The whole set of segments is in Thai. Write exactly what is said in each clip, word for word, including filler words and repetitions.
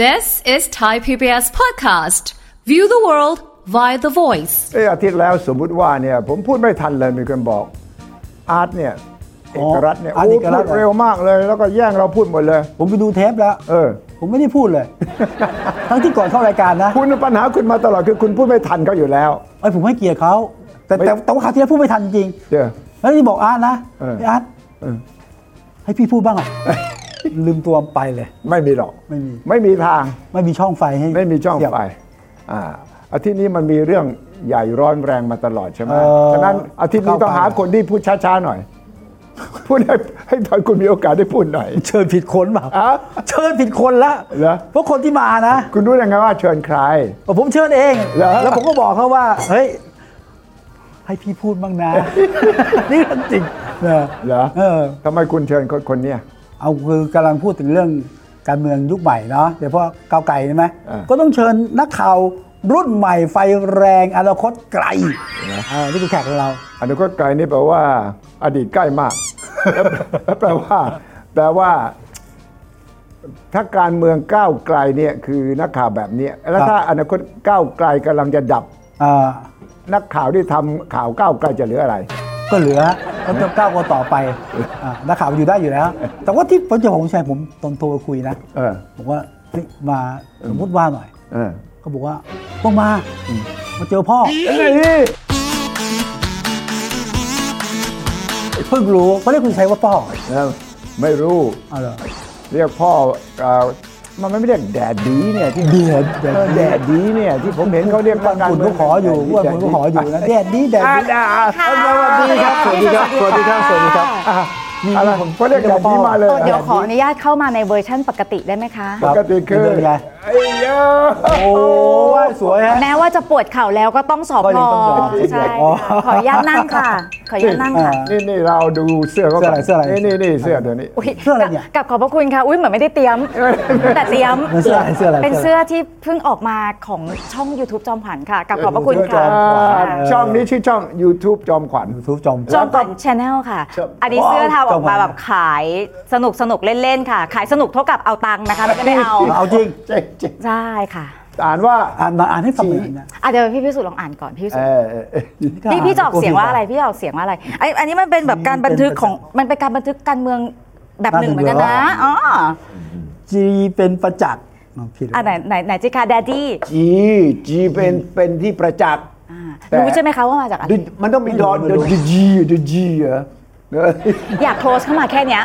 This is Thai พี บี เอส podcast. View the world via the voice. เอออาทิตย์แล้วสมมุติว่าเนี่ยผมพูดไม่ทันเลยมีคนบอกอาร์ตเนี่ยเอกรัฐเนี่ยโอ้พูดเร็วมากเลยแล้วก็แย่งเราพูดหมดเลยผมไปดูเทปแล้วเออผมไม่ได้พูดเลย ทั้งที่ก่อนเข้ารายการนะคุณปัญหาคุณมาตลอดคือคุณพูดไม่ทันเขาอยู่แล้วไอ้ผมให้เกียรติเขาแต่แต่แต่ว่าคราวที่แล้วพูดไม่ทันจริงเดี๋ยวแล้วที่บอกอาร์ตนะไอ้อาร์ตให้พี่พูดบ้างอ่ะลืมตัวไปเลยไม่มีหรอกไม่มีไม่มีทางไม่มีช่องไฟให้ไม่มีช่องไฟอ่าอาทิตย์นี้มันมีเรื่องใหญ่ร้อนแรงมาตลอดใช่ไหมฉะนั้นอาทิตย์นี้ต้องหาคนที่พูดช้าๆหน่อยพูดให้ให้ตอนคุณมีโอกาสได้พูดหน่อยเชิญผิดคนเปล่าเชิญผิดคนละเพราะคนที่มานะคุณรู้ยังไงว่าเชิญใครผมเชิญเองแล้วผมก็บอกเขาว่าเฮ้ยให้พี่พูดบ้างนะนี่จริงเหรอทำไมคุณเชิญคนคนนี้เอาคือกำลังพูดถึงเรื่องการเมืองยุคใหม่เนาะโดยเฉพาะก้าวไกลใช่ไหมก็ต้องเชิญนักข่าวรุ่นใหม่ไฟแรงอนาคตไกลนี่คือแขกของเราอนาคตไกลนี่แปลว่าอดีตใกล้มากแปลว่าแปลว่าถ้าการเมืองก้าวไกลเนี่ยคือนักข่าวแบบนี้แล้วถ้าอนาคตก้าวไกลกำลังจะดับนักข่าวที่ทำข่าวก้าวไกลจะเหลืออะไรก็เหลือก็ต้องก้าวกันต่อไปนักข่าวอยู่ได้อยู่แล้วแต่ว่าที่ผมจะผมแชร์ผมตอนโทรคุยนะบอกว่ามาสมมติว่าหน่อยเขาบอกว่าต้องมามาเจอพ่อเพิ่งรู้เขาเรียกคุณชัยว่าพ่อไม่รู้เรียกพ่อมันไม่เรียกแดดดีเนี่ยที่เดือดแดดดีเนี่ยที่ผมเห็นเขาเรียกว่าคุณก็ขออยู่ว่าคุณก็ขออยู่นะแดดดีแดดดีสวัสดีครับสวัสดีครับสวัสดีครับสวัสดีครับมีผมก็เรียกแดดดีมาเลยเดี๋ยวขออนุญาตเข้ามาในเวอร์ชั่นปกติได้ไหมคะปกติคือไอ้เยอะโอ้สวยฮะแม้ว่าจะปวดเข่าแล้วก็ต้องสอบพอใช่ขออนุญาตนั่งค่ะขออนุญาตนั่งค่ะนี่นี่เราดูเสื้อเขาก่อนนี่นี่นี่เสื้อตัวนี้เสื้ออะไรเนี่ยกับขอบพระคุณค่ะอุ้ยเหมือนไม่ได้เตรียมแต่เตรียมเสื้อเสื้ออะไรเป็นเสื้อที่เพิ่งออกมาของช่อง YouTube จอมขวัญค่ะกับขอบพระคุณค่ะช่องนี้ชื่อช่อง YouTube จอมขวัญ YouTube จอมจอมขวัญ Channel ค่ะอันนี้เสื้อทำออกมาแบบขายสนุกสนุกเล่นๆค่ะขายสนุกเท่ากับเอาตังค์นะคะไม่ได้เอาเอาจริงใช่ค่ะอ่านว่าอ่านอ่านให้ฟังหน่อยนะอ่ะเดี๋ยวพี่พิสุทธิ์ลองอ่านก่อนพี่พิสุทธิ์พี่พี่จะออกเสียงว่าอะไรพี่จะออกเสียงว่าอะไรไอ้อันนี้มันเป็นแบบการบันทึกของมันเป็นการบันทึกการเมืองแบบหนึ่งเหมือนกันนะอ๋อจีเป็นประจักษ์อ่ะไหนไหนไหนจิค่ะแดดดี้จีจีเป็นเป็นที่ประจักษ์รู้ใช่ไหมคะว่ามาจากอะไรมันต้องมีดอทเดจีเดจีเหรออยากโคลสเข้ามาแค่เนี้ย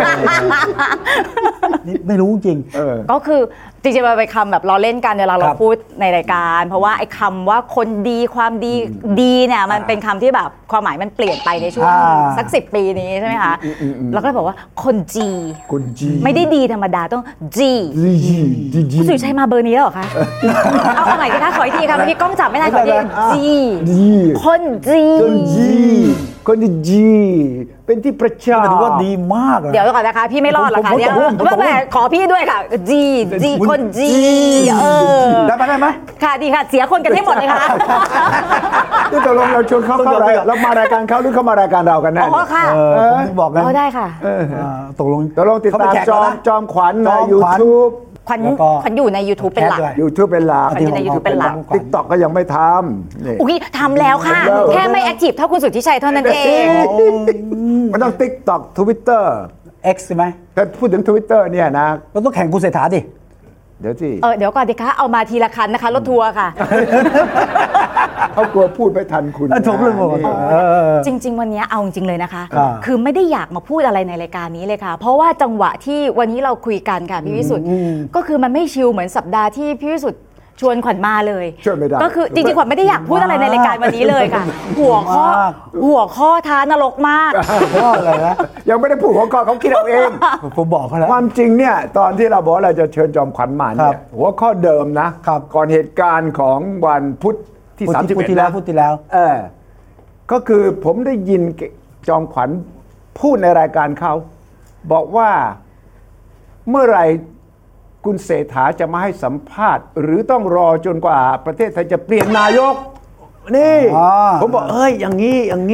ไม่รู้จริงก็คือจริงๆมันเป็นคำแบบเราเล่นกันเวลาเราพูดในรายการเพราะว่าไอ้คำว่าคนดีความดีดีเนี่ยมันเป็นคำที่แบบความหมายมันเปลี่ยนไปในช่วงสักสิบปีนี้ใช่ไหมคะแล้วก็เลยบอกว่าคนจีคนจีไม่ได้ดีธรรมดาต้องจีคุณสุชัยมาเบอร์นี้หรอคะเอาเอาใหม่ดิคะขออีกทีค่ะเมื่อกี้กล้องจับไม่ได้ขออีกทีจีคนจีคนจีคนจีเป็นที่ประจักษ์ถือว่าดีมากเดี๋ยวก่อนนะคะพี่ไม่รอดหรอกค่ะเนี่ยแม่ขอพี่ด้วยค่ะจีจีคนจีเออได้ไหมได้ไหมค่ะดีค่ะเสียคนกันให้หมดเลยค่ะที่ตกลงเราชวนเขาเข้ารายเรามารายการเขาหรือเขามารายการเรากันแน่อ๋อค่ะผมบอกนะอ๋อได้ค่ะตกลงตกลงติดตามจอมจอมขวัญใน YouTube ขวัญขวัญอยู่ใน YouTube เป็นหลัก YouTube เป็นหลักขวัญอยู่ใน YouTube เป็นหลัก TikTok ก็ยังไม่ทำอุ้ยทำแล้วค่ะแค่ไม่แอคทีฟเท่าคุณสุทธิชัยเท่านั้นเองมันต้อง TikTok Twitter X ใช่ไหมแต่พูดถึง Twitter เนี่ยนะก็ต้องแข่งคุณเศรษฐาดิเดี๋ยวสิเออเดี๋ยวก่อนดิคะเอามาทีละคันนะคะรถทัวร์ค่ะเขากลัวพูดไม่ทันคุณถูกเลยจริงๆวันนี้เอาจริงเลยนะคะคือไม่ได้อยากมาพูดอะไรในรายการนี้เลยค่ะเพราะว่าจังหวะที่วันนี้เราคุยกันค่ะพี่วิสุทธิ์ก็คือมันไม่ชิลเหมือนสัปดาห์ที่พี่วิสุทธิ์ชวนขวัญมาเลยก็คือจริงๆขวัญไม่ได้อยากพูดอะไรในรายการวันนี้เลยค่ะหัวข้อหัวข้อท้านรกมากข้ออะไรนะยังไม่ได้พูดหัวข้อเขาคิดเอาเองผมบอกเขาแล้วความจริงเนี่ยตอนที่เราบอกเราจะเชิญจอมขวัญมาเนี่ยหัวข้อเดิมนะก่อนเหตุการณ์ของวันพุธที่สามสิบเอ็ดที่แล้วพุธที่แล้วเออก็คือผมได้ยินจอมขวัญพูดในรายการเขาบอกว่าเมื่อไหร่คุณเศรษฐาจะมาให้สัมภาษณ์หรือต้องรอจนกว่าประเทศไทยจะเปลี่ยนนายกนี่ผมบอกเอ้ยอย่างนี้อย่างนี้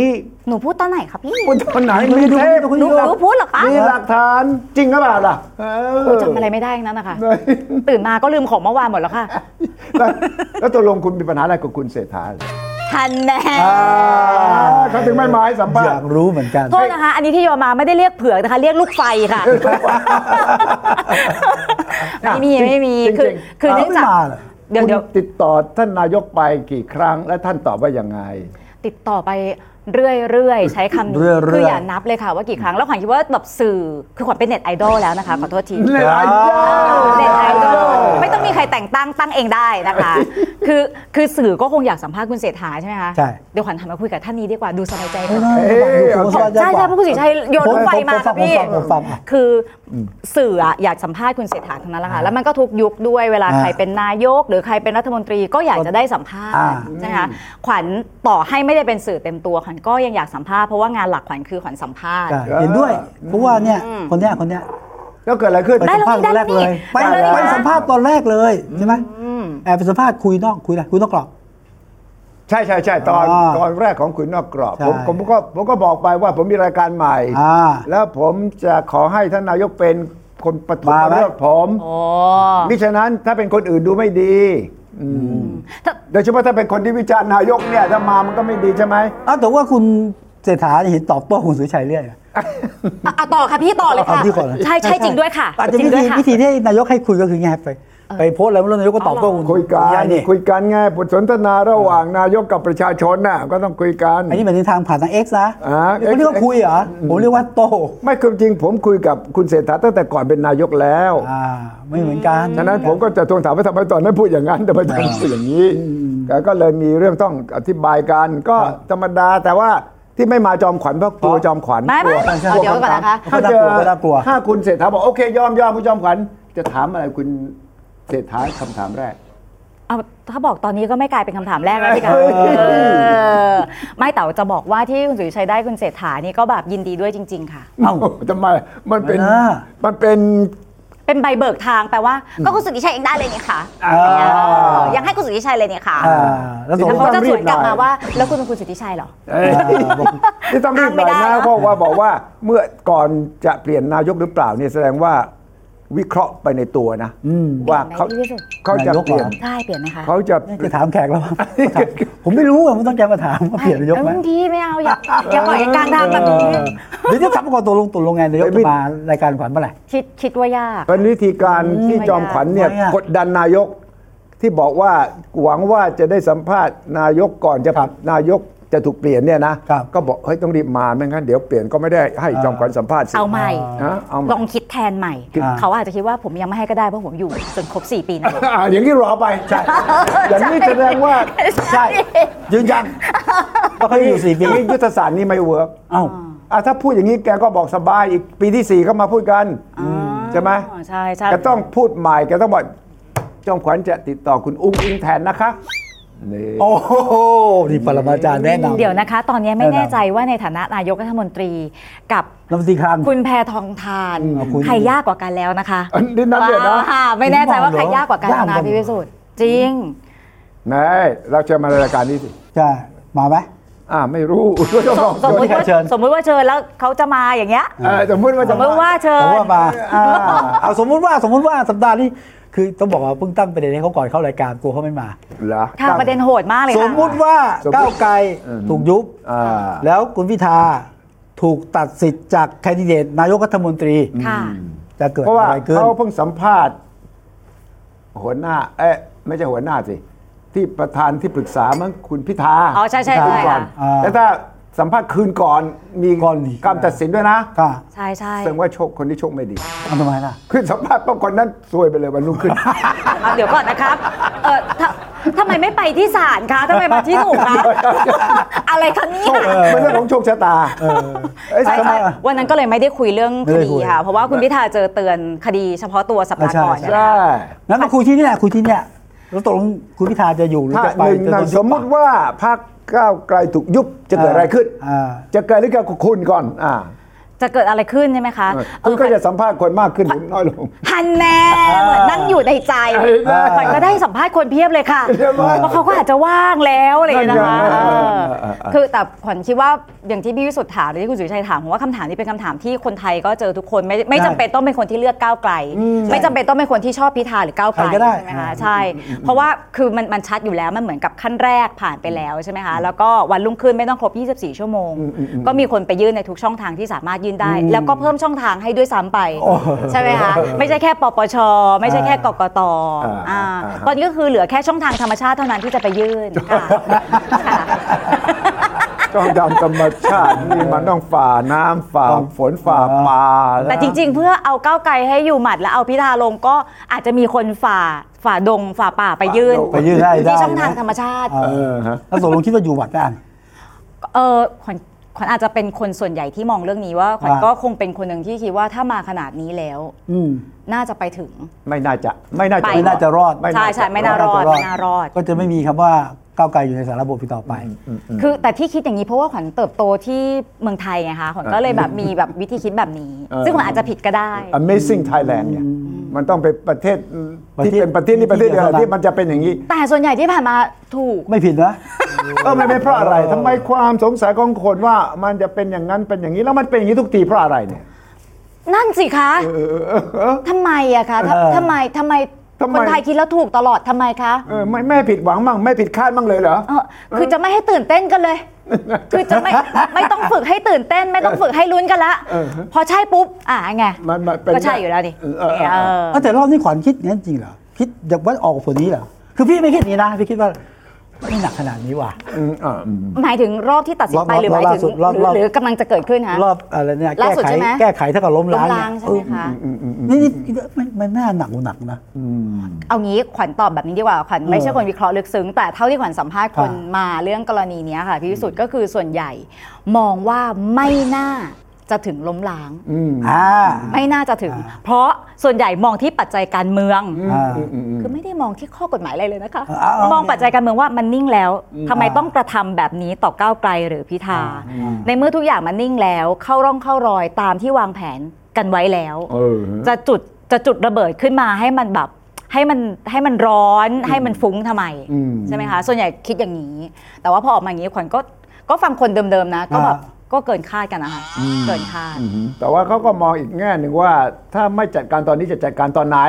หนูพูดตอนไหนครับพี่พูดตอนไหนมีเทปหนูหนูพูดเหรอคะมีหลักฐานจริงหรือเปล่าล่ะเออจำอะไรไม่ได้นั้นนะคะตื่นมาก็ลืมของเมื่อวานหมดแล้วค่ะแล้วแล้วตกลงคุณมีปัญหาอะไรกับคุณเศรษฐาทันแน่เขาถึงไม่มาให้สัมภาษณ์อยากรู้เหมือนกันโทษนะคะ อันนี้ที่โยนมาไม่ได้เรียกเผือกนะคะ เรียกลูกไฟค่ะ ไม่มีไม่มีคือคือเนื่องจากเดี๋ยวคุณเดี๋ยวติดต่อท่านนายกไปกี่ครั้งและท่านตอบว่ายังไงติดต่อไปเรื่อยๆ ใช้คำนี้เรื่อยๆคืออย่านับเลยค่ะว่ากี่ครั้งแล้วขวัญคิดว่าแบบสื่อคือขวัญเป็นเน็ตไอดอลแล้วนะคะขอโทษทีเน็ตไอดอลเน็ตไอดอลไม่ต้องมีใครแต่งตั้งตั้งเองได้นะคะ คือคือสื่อก็คงอยากสัมภาษณ์คุณเศรษฐาใช่ไหมคะใช่เดี๋ยวขวัญทำมาคุยกับท่านนี้ดีกว่าดูสบายใจกเอ้ว่ายดูผมสบายใจใช่กว่าใช่เพราะคุณศรีชัยโยนลูกไฟมาค่ะพี่ผมฟังผมฟังผมฟังคือสื่ออะอยากสัมภาษณ์คุณเศรษฐาทั้งนั้นแหละค่ะแล้วมันก็ทุกยุคด้วยเวลาใครเป็นนายกหรือใครเป็นรัฐมนตรีก็อยากจะได้สัมภาษณ์อ่าใช่ไหมคะขวัญต่อให้ไม่ได้เป็นสื่อเต็มตัวขวัญก็ยังอยากสัมภาษณ์เพราะว่างานหลักขวัญคือขวัญสัมภาษณ์ใช่เห็นด้วยเพราะว่าเนี่ยคนเนี้ยคนเนี้ยแล้วเกิดอะไรขึ้นไปสัมภาษณ์ตอนแรกเลยไปได้เลยไปสัมภาษณ์ตอนแรกเลยใช่ไหมแอบไปสัมภาษณ์คุยนอกคุยอะไรคุยนอกกรอบใช่ใช่ใช่ตอนอ่าตอนแรกของคุณนอกกรอบใช่ผมผมก็ผมก็บอกไปว่าผมมีรายการใหม่อ่าแล้วผมจะขอให้ท่านนายกเป็นคนประท้วงมาไหมเรื่องผมโอ้มิฉะนั้นถ้าเป็นคนอื่นดูไม่ดีอืมถ้าโดยเฉพาะถ้าเป็นคนที่วิจารณ์นายกเนี่ยถ้ามามันก็ไม่ดีใช่ไหมอ้าวแต่ว่าคุณเศรษฐาเห็นตอบโต้คุณสุริชัยเรื่อยอ่ะอ่ะต่อค่ะพี่ต่อเลยค่ะเอาที่ก่อนเลยใช่ใช่จริงด้วยค่ะอาจจะจริวิงด้ธีวยค่ะวิธีที่นายกให้คุยก็คือไงไปไปโพสต์อะไรไม่รู้นายกก็ตอบโต้คุณคุยกัสุริชันนี่คุยกันไงบทสนทนาระหว่างนายกกับประชาชนน่ะก็ต้องคุยกันอันนี้เป็นทางผ่านทาง X นะอ่าคนที่เขาคุยเหรอผมเรียกว่าโต้ไม่คือจริงผมคุยกับคุณเศรษฐาตั้งแต่ก่อนเป็นนายกแล้วอ่าไม่เหมือนกันฉะนั้นผมก็จะทวงถามว่าทำไมตอนนั้นพูดอย่างนั้นทำไมตอนนั้นพูดอย่างนี้แต่ก็เลยมีเรื่องต้องอธิบายกันก็ธรรมดาแต่ว่าที่ไม่มาจอมขวัญเพราะกลัวจอมขวัญไม่ไม่กลัวเอาเดี๋ยวก่อนนะคะถ้าเจอก็น่ากลัวถ้าคุณเศรษฐาบอกโอเคยอมยอมคุณจอมขวัญจะถามอะไรคุณเศรษฐาคำถามแรกเอาถ้าบอกตอนนี้ก็ไม่กลายเป็นคำถามแรกแล้วพี่คะเฮ้ยเออไม่แต่จะบอกว่าที่คุณสุริชัยได้คุณเศรษฐานี่ก็แบบยินดีด้วยจริง ๆ ค่ะเอ้าทำไมมันเป็นไม่น่ามันเป็นเป็นใบเบิกทางแปลว่าก็คุณสุริชัยเองได้เลยนี่ค่ะอ่าเออยังให้คุณสุริชัยเลยนี่ค่ะอ่าแล้วตกลแล้วงเขาจะต้องรีสบวนกลับหน่มาอยว่า แล้วคุณเป็นคุณสุริชัยเหรอเอ้ยนี่ต้องรีบหน่อยอ้างไม่ได้นะนะเพราะว่าบอกว่าเมื่อก่อนจะเปลี่ยนนายกหรือเปล่าเนี่ยแสดงว่าวิเคราะห์ไปในตัวนะว่าเขาเปลี่ยนไหมพี่วิสุทธิ์เขาจะเปลี่ยนใช่เปลี่ยนไหมคะเขาจะจะถามแขกแล้วว่าผมไม่รู้อะมันต้องแกมาถามว่าเปลี่ยนนายกไหมบางทีไม่เอาอย่าอย่าปล่อยให้กลางทางแบบนี้เดี๋ยวจะถามก่อนตัวลงตัวลงไงนายกจะมารายการขวัญเมื่อไหร่คิดคิดว่ายากเป็นวิธีการที่จอมขวัญเนี่ยไม่ยากกดดันนายกที่บอกว่าหวังว่าจะได้สัมภาษณ์นายกก่อนจะนายกจะถูกเปลี่ยนเนี่ยนะครับ ก็บอกเฮ้ยต้องรีบมาไม่งั้นเดี๋ยวเปลี่ยนก็ไม่ได้ให้จอมขวัญสัมภาษณ์สิเอาใหม่นะเอาใหม่ลองคิดแทนใหม่อ่าเขาอาจจะคิดว่าผมยังไม่ให้ก็ได้เพราะผมอยู่จนครบสี่ปีนะอ่าอย่างนี้รอไปใช่อย่างนี้แสดงว่าใช่ยืนยันว่าเขาอยู่สี่ปีอย่างนี้ยุทธศาสตร์นี้ไม่เวิร์กเอ้าอ่ะถ้าพูดอย่างนี้แกก็บอกสบายอีกปีที่สี่ก็มาพูดกันใช่ไหมอ๋อใช่ใช่แกต้องพูดใหม่แกต้องบอกจอมขวัญจะติดต่อคุณอุ้งอิงแทนนะคะนี่โอ้โหนี่ปรมาจารย์แนะนำเดี๋ยวนะคะ ตอนนี้ไม่แน่นอนแน่ใจว่าในฐานะนายกรัฐมนตรีกับรัฐมนตรีคลังคุณแพทองทานอืมเอาคุณใครยากกว่ากันแล้วนะคะอันนี้นั่นเนี่ยนะอ่าไม่แน่ใจว่าใครยากกว่ากันยากนะจังพี่วิสุทธิ์จริงไหนเราจะมารายการนี้สิใช่มาไหมอ่าไม่รู้ก็ต้องลองสมมติแขว่ากเชิญสมมติว่าเชิญแล้วเขาจะมาอย่างเงี้ยเออสมมติว่าสจะมมติว่าเชิผมญว่ามาเอาสมมุติว่าสมมุติว่าสัปดาห์นี้คือต้องบอกว่าเพิ่งตั้งประเด็นให้เขาก่อนเข้ารายการกลัวเขาไม่มาเหรอค่ะประเด็นโหดมากเลยสค่ะมมุติว่าสมมุติก้าวไกลอืมถูกยุบอ่าแล้วคุณพิธาถูกตัดสิทธิ์จากแคนดิเดตนายกรัฐมนตรีค่ะจะเกิดเพราะว่าอะไรขึ้นเขาเพิ่งสัมภาษณ์หัวหน้า เอ๊ะไม่ใช่หัวหน้าสิ ที่ประธานที่ปรึกษามั้งคุณพิธาอ๋อใช่ใช่คืนใช่ก่อนอ่าแล้วถ้าสัมภาษณ์คืนก่อนมีก่อนอีกการตัดสินด้วยนะก็ใช่ใช่แสดงว่าโชคคนที่โชคไม่ดีเอาทำไมล่ะขึ้นสัมภาษณ์ต้องคนนั้นซวยไปเลยวันรุ่งขึ้นเอาเดี๋ยวก่อนนะครับเออถ้าทำไมไม่ไปที่ศาลคะทำไมมาที่หนูคะอะไรคะเนี่โชยคเป็นเรื่องของโชคชะตาเอ้ยใช่ทำไมใช่วันนั้นก็เลยไม่ได้คุยเรื่องไม่คได้ดีคุยค่ะ เพราะว่าคุณพิธาเจอเตือนคดีเฉพาะตัวสัปดาห์ก่อนใช่ใช่ไหมใช่งั้นมาคุยที่นี่แหละคุยที่เนี่ยแล้วตกลงคุณพิธาจะอยู่หรือถ้าจะไปหนึ่งจะนะโดนยุบสมมติว่าพรรคก้าวไกลถูกยุบจะเกิดอะไรขึ้นอ่าจะเกิดอะไรกับคุณก่อนอ่าจะเกิดอะไรขึ้นใช่ไหมคะคุณก็จะสัมภาษณ์คนมากขึ้นหรือน้อยลงฮันแน่เหมือนนั่งอยู่ในใจขวัญก็ได้สัมภาษณ์คนเพียบเลยค่ะเพราะเขาก็อาจจะว่างแล้วอะไรอย่างเงี้ยนะคะคือแต่ขวัญคิดว่าอย่างที่พี่วิสุทธ์ถามหรือที่คุณสุริชัยถามผมว่าคำถามนี้เป็นคำถามที่คนไทยก็เจอทุกคนไม่ไม่จำเป็นต้องเป็นคนที่เลือกก้าวไกลไม่จำเป็นต้องเป็นคนที่ชอบพิธาหรือก้าวไกลใช่ไหมคะใช่เพราะว่าคือมันมันชัดอยู่แล้วมันเหมือนกับขั้นแรกผ่านไปแล้วใช่ไหมคะแล้วก็วันรุ่งขึ้นไม่ต้องครบยี่สิบสี่ชั่วโมงก็มีคนไปยื่นในทุกช่องทางที่สามารถยื่นได้แล้วก็เพิ่มช่องทางให้ด้วยซ้ำไปใช่ไหมคะไม่ใช่แค่ปปชไม่ใช่แค่กกตตอนนี้ก็คือเหลือแค่ช่องทางธรรมชาติเท่านั้นที่จะไปยื่นค่ะช่องทางธรรมชาตินี่มันต้องฝ่าน้ำฝ่าฝนฝ่าป่าแต่จริงๆเพื่อเอาก้าวไกลให้อยู่หมัดแล้วเอาพิธาลงก็อาจจะมีคนฝ่าฝ่าดงฝ่าป่าไปยื่นไปยื่นได้ที่ช่องทางธรรมชาติแล้วตกลงคิดว่าอยู่หมัดได้เออขวัญขวัญอาจจะเป็นคนส่วนใหญ่ที่มองเรื่องนี้ว่าขวัญก็คงเป็นคนหนึ่งที่คิดว่าถ้ามาขนาดนี้แล้วน่าจะไปถึงไม่น่าจะไม่น่าจะไม่น่าจะรอดใช่ใช่ไม่น่ารอดไม่น่ารอดก็จะไม่มีคำว่าก้าวไกลอยู่ในสารระบบต่อไปคือแต่ที่คิดอย่างนี้เพราะว่าขวัญเติบโตที่เมืองไทยไงคะขวัญก็เลยแบบมีแบบวิธีคิดแบบนี้ซึ่งขวัญอาจจะผิดก็ได้ Amazing Thailand เนี่ยมันต้องเป็นประเทศที่เป็นประเทศนี้ประเทศเดียวที่มันจะเป็นอย่างนี้แต่ส่วนใหญ่ที่ผ่านมาถูกไม่ผิดนะเออไม่เป็นเพราะอะไรทำไมความสงสัยของคนว่ามันจะเป็นอย่างนั้นเป็นอย่างนี้แล้วมันเป็นอย่างนี้ทุกทีเพราะอะไรเนี่ยนั่นสิคะทำไมอะคะทำไมทำไมคนไทยคิดแล้วถูกตลอดทำไมคะเออไม่ไม่ผิดหวังมั่งไม่ผิดคาดมั่งเลยเหรอคือจะไม่ให้ตื่นเต้นกันเลยคือจะไม่ไม่ต้องฝึกให้ตื่นเต้นไม่ต้องฝึกให้ลุ้นกันละพอใช่ปุ๊บอ่ะไงก็ใช่อยู่แล้วดิแต่รอบนี้ขวัญคิดงั้นจริงเหรอคิดอยากว่าออกผลนี้เหรอคือพี่ไม่คิดนี้นะพี่คิดว่าไม่หนักขนาดนี้ว่ะหมายถึงรอบที่ตัดสินไปหรือหมายถึงหรือกำลังจะเกิดขึ้นคะรอบอะไรเนี่ยแก้ไขแก้ไขเท่ากับล้มล้างใช่ไหมคะนี่นี่มันน่าหนักหนักนะเอางี้ขวัญตอบแบบนี้ดีกว่าขวัญไม่ใช่คนวิเคราะห์ลึกซึ้งแต่เท่าที่ขวัญสัมภาษณ์คนมาเรื่องกรณีนี้ค่ะพี่วิสุทธ์ก็คือส่วนใหญ่มองว่าไม่น่าจะถึงล้มล้างไม่น่าจะถึงเพราะส่วนใหญ่มองที่ปัจจัยการเมืองคือไม่ได้มองที่ข้อกฎหมายอะไรเลยนะคะมองปัจจัยการเมืองว่ามันนิ่งแล้วทำไมต้องกระทำแบบนี้ต่อก้าวไกลหรือพิธาในเมื่อทุกอย่างมันนิ่งแล้วเข้าร่องเข้ารอยตามที่วางแผนกันไว้แล้วจะจุดจะจุดระเบิดขึ้นมาให้มันแบบให้มันให้มันร้อนให้มันฟุ้งทำไมใช่ไหมคะส่วนใหญ่คิดอย่างนี้แต่ว่าพอออกมาอย่างนี้ขวัญก็ก็ฟังคนเดิมๆนะก็แบบก็เกินคาดกันนะคะเกินคาดแต่ว่าเขาก็มองอีกแง่หนึ่งว่าถ้าไม่จัดการตอนนี้จะจัดการตอนไหน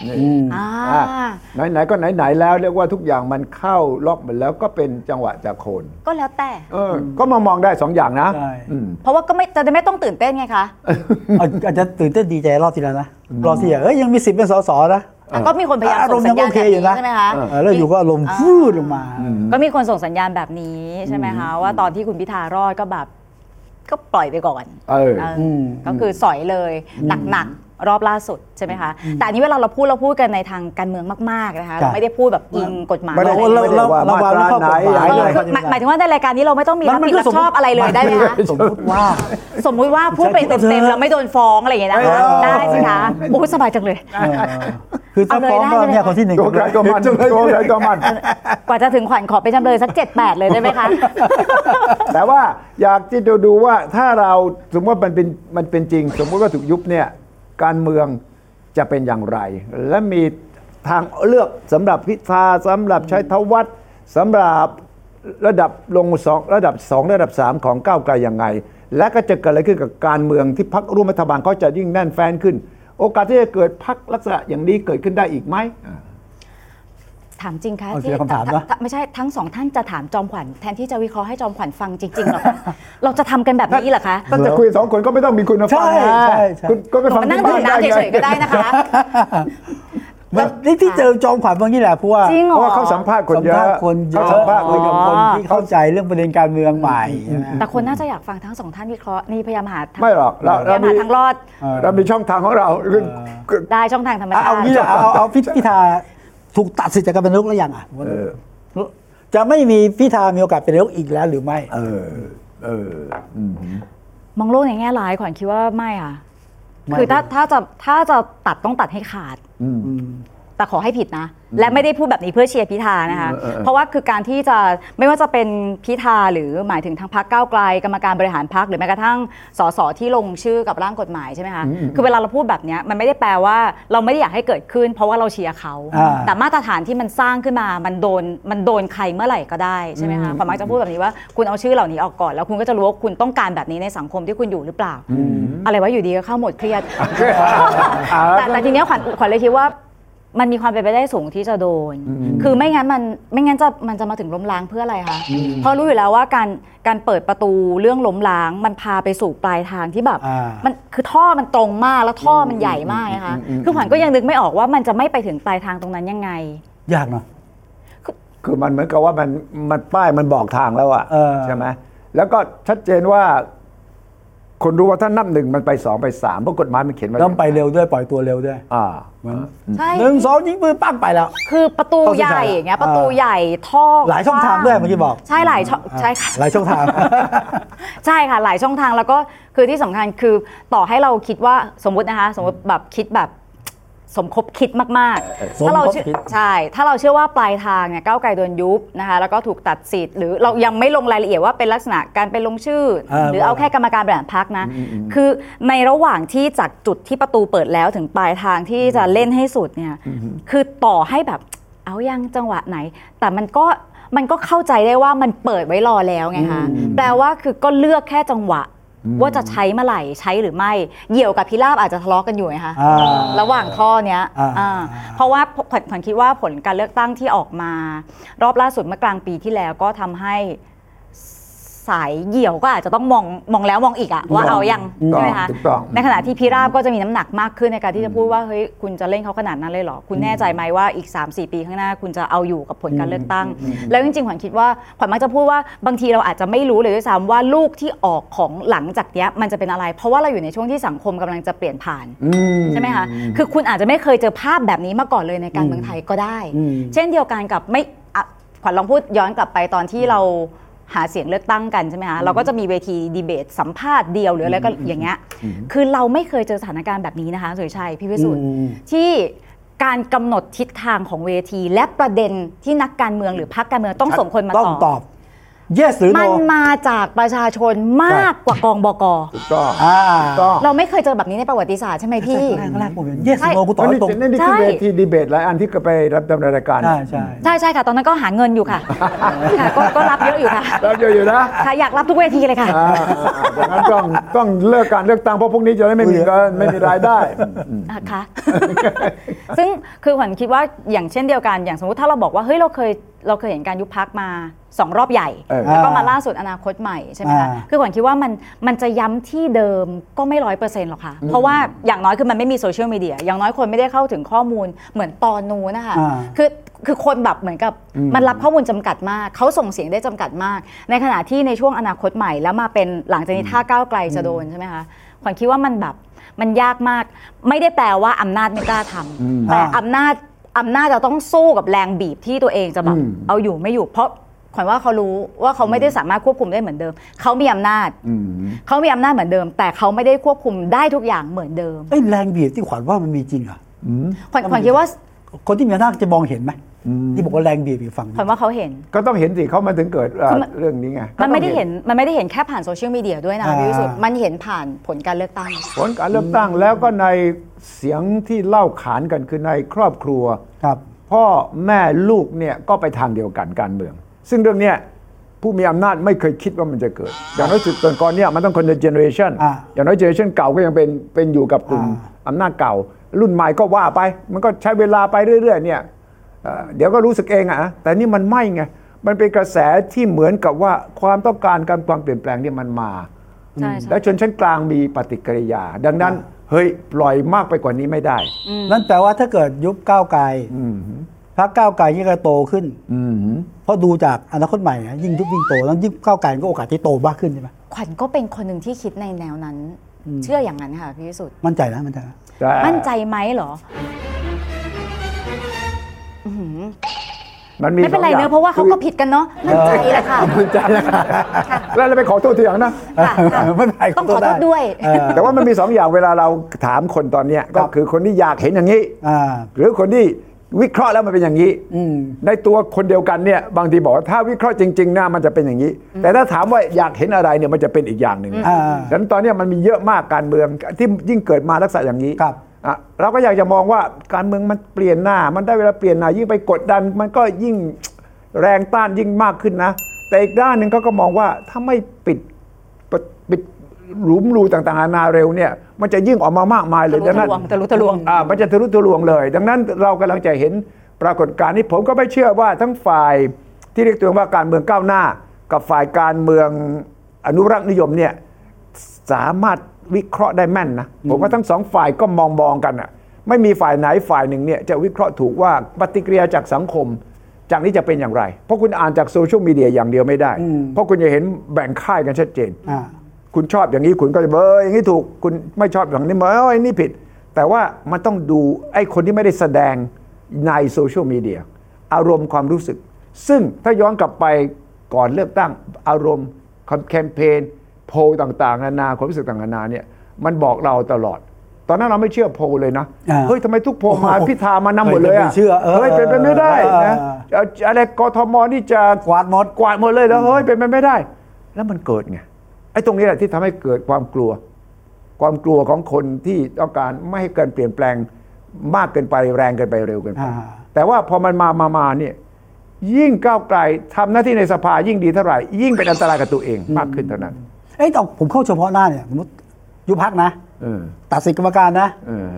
ไหนๆก็ไหนๆแล้วเรียกว่าทุกอย่างมันเข้าล็อกหมดแล้วก็เป็นจังหวะจากโคนก็แล้วแต่ก็มามองได้สองอย่างนะเพราะว่าก็ไม่จะไม่ต้องตื่นเต้นไงคะอาจจะตื่นเต้นดีใจรอบที่แล้วนะรอบที่เอ้ยยังมีสิบเป็นสสนะก็มีคนพยายามส่งสัญญาณแบบนี้ใช่ไหมคะแล้วอยู่ก็อารมณ์ฟูดลงมาก็มีคนส่งสัญญาณแบบนี้ใช่ไหมคะว่าตอนที่คุณพิธารอดก็แบบก็ปล่อยไปก่อนก็คือสอยเลยหนักๆรอบล่าสุดใช่ไหมคะแต่อันนี้เวลาเราพูดเราพูดกันในทางการเมืองมากๆนะคะเราไม่ได้พูดแบบอิงกฎหมายอะไรเลยเราวางข้อกฎหมายหมายถึงว่าในรายการนี้เราไม่ต้องมีรับผิดรับชอบอะไรเลยได้ไหมคะสมมติว่าสมมุติว่าพูดไปเต็มๆแล้วไม่โดนฟ้องอะไรอย่างเงี้ยนะคะได้สิคะโอ้สบายจังเลยคือถ้าฟ้องก็เนี่ยคนที่หนึ่งตัวใครตัวมันตัวใครตัวมันกว่าจะถึงขวัญขอเป็นจำเลยสักเจ็ดแปดเลยได้ไหมคะแต่ว่าอยากที่จะดูว่าถ้าเราสมมติว่ามันเป็นมันเป็นจริงสมมติว่าถูกยุบเนี่ยการเมืองจะเป็นอย่างไรและมีทางเลือกสำหรับพิธาสำหรับชัยธวัฒน์สำหรับระดับลงสองระดับสองระดับสามของก้าวไกลยังไงและก็จะเกิดอะไรขึ้นกับการเมืองที่พรรคร่วมรัฐบาลเขาจะยิ่งแน่นแฟ้นขึ้นโอกาสที่จะเกิดพรรคลักษณะอย่างนี้เกิดขึ้นได้อีกไหมถามจริงคะที่ไม่ใช่ทั้งสองท่านจะถามจอมขวัญแทนที่จะวิเคราะห์ให้จอมขวัญฟังจริงๆหรอคะเราจะทำกันแบบนี้เหรอคะถ้าจะคุยสองคนก็ไม่ต้องมีคุณมาฟังคุณก็ไปฟังนั่งดื่มน้ำเฉยๆก็ได้นะคะนี่ที่เจอจอมขวัญบางทีแหละเพราะว่าเพราะว่าเขาสัมภาษณ์คนเยอะคนเขาสัมภาษณ์คุยกับคนที่เข้าใจเรื่องประเด็นการเมืองใหม่แต่คนน่าจะอยากฟังทั้งสองท่านวิเคราะห์นี่พยายามหาไม่หรอกเราเรามีทางรอดเรามีช่องทางของเราได้ช่องทางธรรมชาติเอางี้เอาเอาพิธาถูกตัดสิทธิ์จากการเป็นนายกแล้วยังอ่ะจะไม่มีพิธามีโอกาสเป็นนายกอีกแล้วหรือไม่เออเออมองโลกในแง่ร้ายขวัญคิดว่าไม่อ่ะคือถ้าถ้าจะถ้าจะตัดต้องตัดให้ขาดแต่ขอให้ผิดนะและไม่ได้พูดแบบนี้เพื่อเชียร์พิธานะคะเพราะว่าคือการที่จะไม่ว่าจะเป็นพิธาหรือหมายถึงทางพรรคก้าวไกลกรรมการบริหารพรรคหรือแม้กระทั่งสสที่ลงชื่อกับร่างกฎหมายใช่ไหมคะคือเวลาเราพูดแบบนี้มันไม่ได้แปลว่าเราไม่ได้อยากให้เกิดขึ้นเพราะว่าเราเชียร์เขาแต่มาตรฐานที่มันสร้างขึ้นมามันโดนมันโดนใครเมื่อไหร่ก็ได้ใช่ไหมคะผมมักจะพูดแบบนี้ว่าคุณเอาชื่อเหล่านี้ออกก่อนแล้วคุณก็จะรู้ว่าคุณต้องการแบบนี้ในสังคมที่คุณอยู่หรือเปล่าอะไรวะอยู่ดีก็เข้าโหมดเครียดแต่แต่ทีนี้ขวัญขวัญเลยคิดว่ามันมีความเป็นไปได้สูงที่จะโดนคือไม่งั้นมันไม่งั้นจะมันจะมาถึงล้มล้างเพื่ออะไรคะเพราะรู้อยู่แล้วว่าการการเปิดประตูเรื่องล้มล้างมันพาไปสู่ปลายทางที่แบบมันคือท่อมันตรงมากแล้วท่อมันใหญ่มากนะคะคือขวัญก็ยังนึกไม่ออกว่ามันจะไม่ไปถึงปลายทางตรงนั้นยังไงยากเนาะคือมันเหมือนกับว่ามันมันป้ายมันบอกทางแล้วอะใช่ไหมแล้วก็ชัดเจนว่าคนรู้ว่าถ้านับหนึ่งมันไปสองไปสามเพราะกฎหมายมันเขียนไว้ต้องไปเร็วด้วยปล่อยตัวเร็วด้วยอ่าใช่หนึ่งสองยิงปืนปั้งไปแล้วคือประตูใหญ่อย่างเงี้ยประตูใหญ่ท่อหลายช่องทางด้วยเมื่อกี้บอกใช่หลายช่องใช่ค่ะหลายช่องทางใช่ค่ะหลายช่องทางแล้วก็คือที่สำคัญคือต่อให้เราคิดว่าสมมตินะคะสมมติแบบคิดแบบสมคบคิดมากๆถ้าเราใช่ถ้าเราเชื่อว่าปลายทางเนี่ยก้าวไกลโดนยุบนะคะแล้วก็ถูกตัดสิทธิ์หรือเรายังไม่ลงรายละเอียดว่าเป็นลักษณะการไปลงชื่อหรือเอาแค่กรรมการบริหารพรรคนะคือในระหว่างที่จากจุดที่ประตูเปิดแล้วถึงปลายทางที่จะเล่นให้สุดเนี่ยคือต่อให้แบบเอายังจังหวะไหนแต่มันก็มันก็เข้าใจได้ว่ามันเปิดไว้รอแล้วไงคะแปลว่าคือก็เลือกแค่จังหวะว่าจะใช้เมื่อไหร่ใช้หรือไม่เหี่ยวกับพิราบอาจจะทะเลาะกันอยู่นะคะระหว่างข้อเนี้ยเพราะว่าขวัญคิดว่าผลการเลือกตั้งที่ออกมารอบล่าสุดเมื่อกลางปีที่แล้วก็ทำให้สายเหี่ยวก็อาจจะต้องมองมองแล้วมองอีกอะว่าเอายังใช่ไหมคะในขณะที่พิราบก็จะมีน้ำหนักมากขึ้นในการที่จะพูดว่าเฮ้ยคุณจะเล่นเขาขนาดนั้นเลยเหรอคุณแน่ใจไหมว่าอีก สามสี่ ปีข้างหน้าคุณจะเอาอยู่กับผลการเลือกตั้งแล้วจริงๆขวัญคิดว่าขวัญมักจะพูดว่าบางทีเราอาจจะไม่รู้เลยด้วยซ้ำว่าลูกที่ออกของหลังจากเนี้ยมันจะเป็นอะไรเพราะว่าเราอยู่ในช่วงที่สังคมกำลังจะเปลี่ยนผ่านใช่ไหมคะคือคุณอาจจะไม่เคยเจอภาพแบบนี้มาก่อนเลยในการเมืองไทยก็ได้เช่นเดียวกันกับไม่ขวัญลองพูดย้อนกลับไปตอนที่เราหาเสียงเลือกตั้งกันใช่ไหมคะเราก็จะมีเวทีดีเบตสัมภาษณ์เดียวหรืออะไรก็อย่างเงี้ยคือเราไม่เคยเจอสถานการณ์แบบนี้นะคะสุริชัยพี่วิสุทธิ์ที่การกำหนดทิศทางของเวทีและประเด็นที่นักการเมืองหรือพรรคการเมืองต้องส่งคนมาตอบ yes หรือ no มันมาจากประชาชนมากกว่ากองบก. ถูกต้องเราไม่เคยเจอแบบนี้ในประวัติศาสตร์ใช่ไหมพี่แรกๆผม yes หรือ no กูตอบตรงนี่นี่คือเวทีดีเบตหลายอันที่ก็ไปรับดำเนินรายการใช่ใช่ใช่ใช่ค่ะตอนนั้นก็หาเงินอยู่ค่ะก็รับเยอะอยู่ค่ะรับเยอะอยู่นะค่ะอยากรับทุกเวทีเลยค่ะดังนั้นต้องต้องเลิกการเลือกตั้งเพราะพวกนี้จะได้ไม่มีเงินไม่มีรายได้ค่ะซึ่งคือขวัญคิดว่าอย่างเช่นเดียวกันอย่างสมมติถ้าเราบอกว่าเฮ้ยเราเคยเราเคยเห็นการยุบพรรคมาสองรอบใหญ่แล้วก็มาล่าสุดอนาคตใหม่ใช่ไหมคะคือขวัญคิดว่ามันมันจะย้ำที่เดิมก็ไม่ร้อยเปอร์เซ็นต์หรอกค่ะเพราะว่าอย่างน้อยคือมันไม่มีโซเชียลมีเดียอย่างน้อยคนไม่ได้เข้าถึงข้อมูลเหมือนตอนนู้นนะคะคือคือคนแบบเหมือนกับมันรับข้อมูลจำกัดมากเขาส่งเสียงได้จำกัดมากในขณะที่ในช่วงอนาคตใหม่แล้วมาเป็นหลังจากนี้ถ้าก้าวไกลจะโดนใช่ไหมคะขวัญคิดว่ามันแบบมันยากมากไม่ได้แปลว่าอำนาจไม่กล้าทำแต่อำนาจอำนาจจะต้องสู้กับแรงบีบที่ตัวเองจะแบบเอาอยู่ไม่อยู่เพราะขวัญว่าเขารู้ว่าเขาไม่ได้สามารถควบคุมได้เหมือนเดิมเขามีอำนาจเขามีอำนาจเหมือนเดิมแต่เขาไม่ได้ควบคุมได้ทุกอย่างเหมือนเดิมไอ้แรงบีบที่ขวัญว่ามันมีจริงเหรอขวัญขวัญคิดว่าคนที่มีอำนาจจะมองเห็นไหมที่บอกว่าแรงบีบอีกฝั่งขวัญว่าเขาเห็นก็ต้องเห็นสิเขามาถึงเกิดเรื่องนี้ไงมันไม่ได้เห็นมันไม่ได้เห็นแค่ผ่านโซเชียลมีเดียด้วยนะพี่วิสุทธิ์มันเห็นผ่านผลการเลือกตั้งผลการเลือกตั้งแล้วก็ในเสียงที่เล่าขานกันคือในครอบครัวครับพ่อแม่ลูกเนี่ยก็ไปทางเดียวกันการเมืองซึ่งเรื่องเนี้ยผู้มีอำนาจไม่เคยคิดว่ามันจะเกิดอย่างน้อยสุดก่อนเนี่ยมันต้องคนในเจเนอเรชันอย่างน้อยเจเนอเรชันเก่าก็ยังเป็นเป็นอยู่กับกลุ่มอำนาจเก่ารุ่นใหม่ก็ว่าไปมันก็ใช้เวลาไปเรื่อยๆเนี่ยเดี๋ยวก็รู้สึกเองอะแต่นี่มันไม่ไงมันเป็นกระแสที่เหมือนกับว่าความต้องการการความเปลี่ยนแปลงเนี่ยมันมาและชนชั้นกลางมีปฏิกิริยาดังนั้นเฮ้ยปล่อยมากไปกว่านี้ไม่ได้นั่นแปลว่าถ้าเกิดยุบก้าวไกลพรรคก้าวไกลยิ่งจะโตขึ้นเพราะดูจากอนาคตใหม่ยิ่งยุบยิ่งโตแล้วยิ่งก้าวไกลก็โอกาสที่โตมากขึ้นใช่ไหมขวัญก็เป็นคนหนึ่งที่คิดในแนวนั้นเชื่ออย่างนั้นค่ะพี่วิสุทธิ์มั่นใจนะมั่นใจมั่นใจไหมเหรอมันมีไม่เป็นไรเนอะเพราะว่าเขาก็ผิดกันเนาะมั่นใจแหละค่ะมั่นใจแหละค่ะแล้วเราไปขอโทษทีหลังนะไม่เป็นไรต้องขอโทษด้วยแต่ว่ามันมีสองอย่างเวลาเราถามคนตอนนี้ก็คือคนที่อยากเห็นอย่างนี้หรือคนที่วิเคราะห์แล้วมันเป็นอย่างนี้ในตัวคนเดียวกันเนี่ยบางทีบอกว่าถ้าวิเคราะห์จริงๆนะมันจะเป็นอย่างนี้ แต่ถ้าถามว่าอยากเห็นอะไรเนี่ยมันจะเป็นอีกอย่างหนึ่งดังนั้นตอนนี้มันมีเยอะมากการเมืองที่ยิ่งเกิดมาลักษณะอย่างนี้เราก็อยากจะมองว่าการเมืองมันเปลี่ยนหน้ามันได้เวลาเปลี่ยนหน้ายิ่งไปกดดันมันก็ยิ่งแรงต้านยิ่งมากขึ้นนะแต่อีกด้านหนึ่งเขาก็มองว่าถ้าไม่ปิดปิดหลุมรูต่างๆนานาเร็วเนี่ยมันจะยิ่งออกมามากมายเลยดังนั้นทะลุทะลวงอ่ามันจะทะลุทะลวงเลยดังนั้นเรากำลังจะเห็นปรากฏการณ์นี้ผมก็ไม่เชื่อว่าทั้งฝ่ายที่เรียกตัวว่าการเมืองก้าวหน้ากับฝ่ายการเมืองอนุรักษ์นิยมเนี่ยสามารถวิเคราะห์ได้แม่นนะผมว่าทั้งสองฝ่ายก็มองมองกันอ่ะไม่มีฝ่ายไหนฝ่ายหนึ่งเนี่ยจะวิเคราะห์ถูกว่าปฏิกิริยาจากสังคมจากนี้จะเป็นอย่างไรเพราะคุณอ่านจากโซเชียลมีเดียอย่างเดียวไม่ได้เพราะคุณจะเห็นแบ่งค่ายกันชัดเจนคุณชอบอย่างนี้คุณก็จะเบอร์อย่างนี้ถูกคุณไม่ชอบอย่างนี้เบอร์อย่างนี้ผิดแต่ว่ามันต้องดูไอ้คนที่ไม่ได้แสดงในโซเชียลมีเดียอารมณ์ความรู้สึกซึ่งถ้าย้อนกลับไปก่อนเลือกตั้งอารมณ์แคมเปญโพลต่างๆนานาความรู้สึกต่างๆนานาเนี่ยมันบอกเราตลอดตอนนั้นเราไม่เชื่อโพลเลยนะเฮ้ยทำไมทุกโพลมาพิธามานำหมดเลยอ่ะเฮ้ยเป็นไปไม่ได้นะอะไรกทมนี่จะกวาดหมดกวาดหมดเลยแล้วเฮ้ยเป็นไปไม่ได้แล้วมันเกิดไงไอ้ตรงนี้แหละที่ทำให้เกิดความกลัวความกลัวของคนที่ต้องการไม่ให้เกินเปลี่ยนแปลงมากเกินไปแรงเกินไปเร็วเกินไปแต่ว่าพอมันมามามาเนี่ยยิ่งก้าวไกลทำหน้าที่ในสภายิ่งดีเท่าไหร่ยิ่งเป็นอันตรายกับตัวเองมากขึ้นเท่านั้นเอ้ยแต่ผมเข้าเฉพาะหน้าเนี่ยสมมติยุบพรรคนะตัดสิทธิกรรมการนะ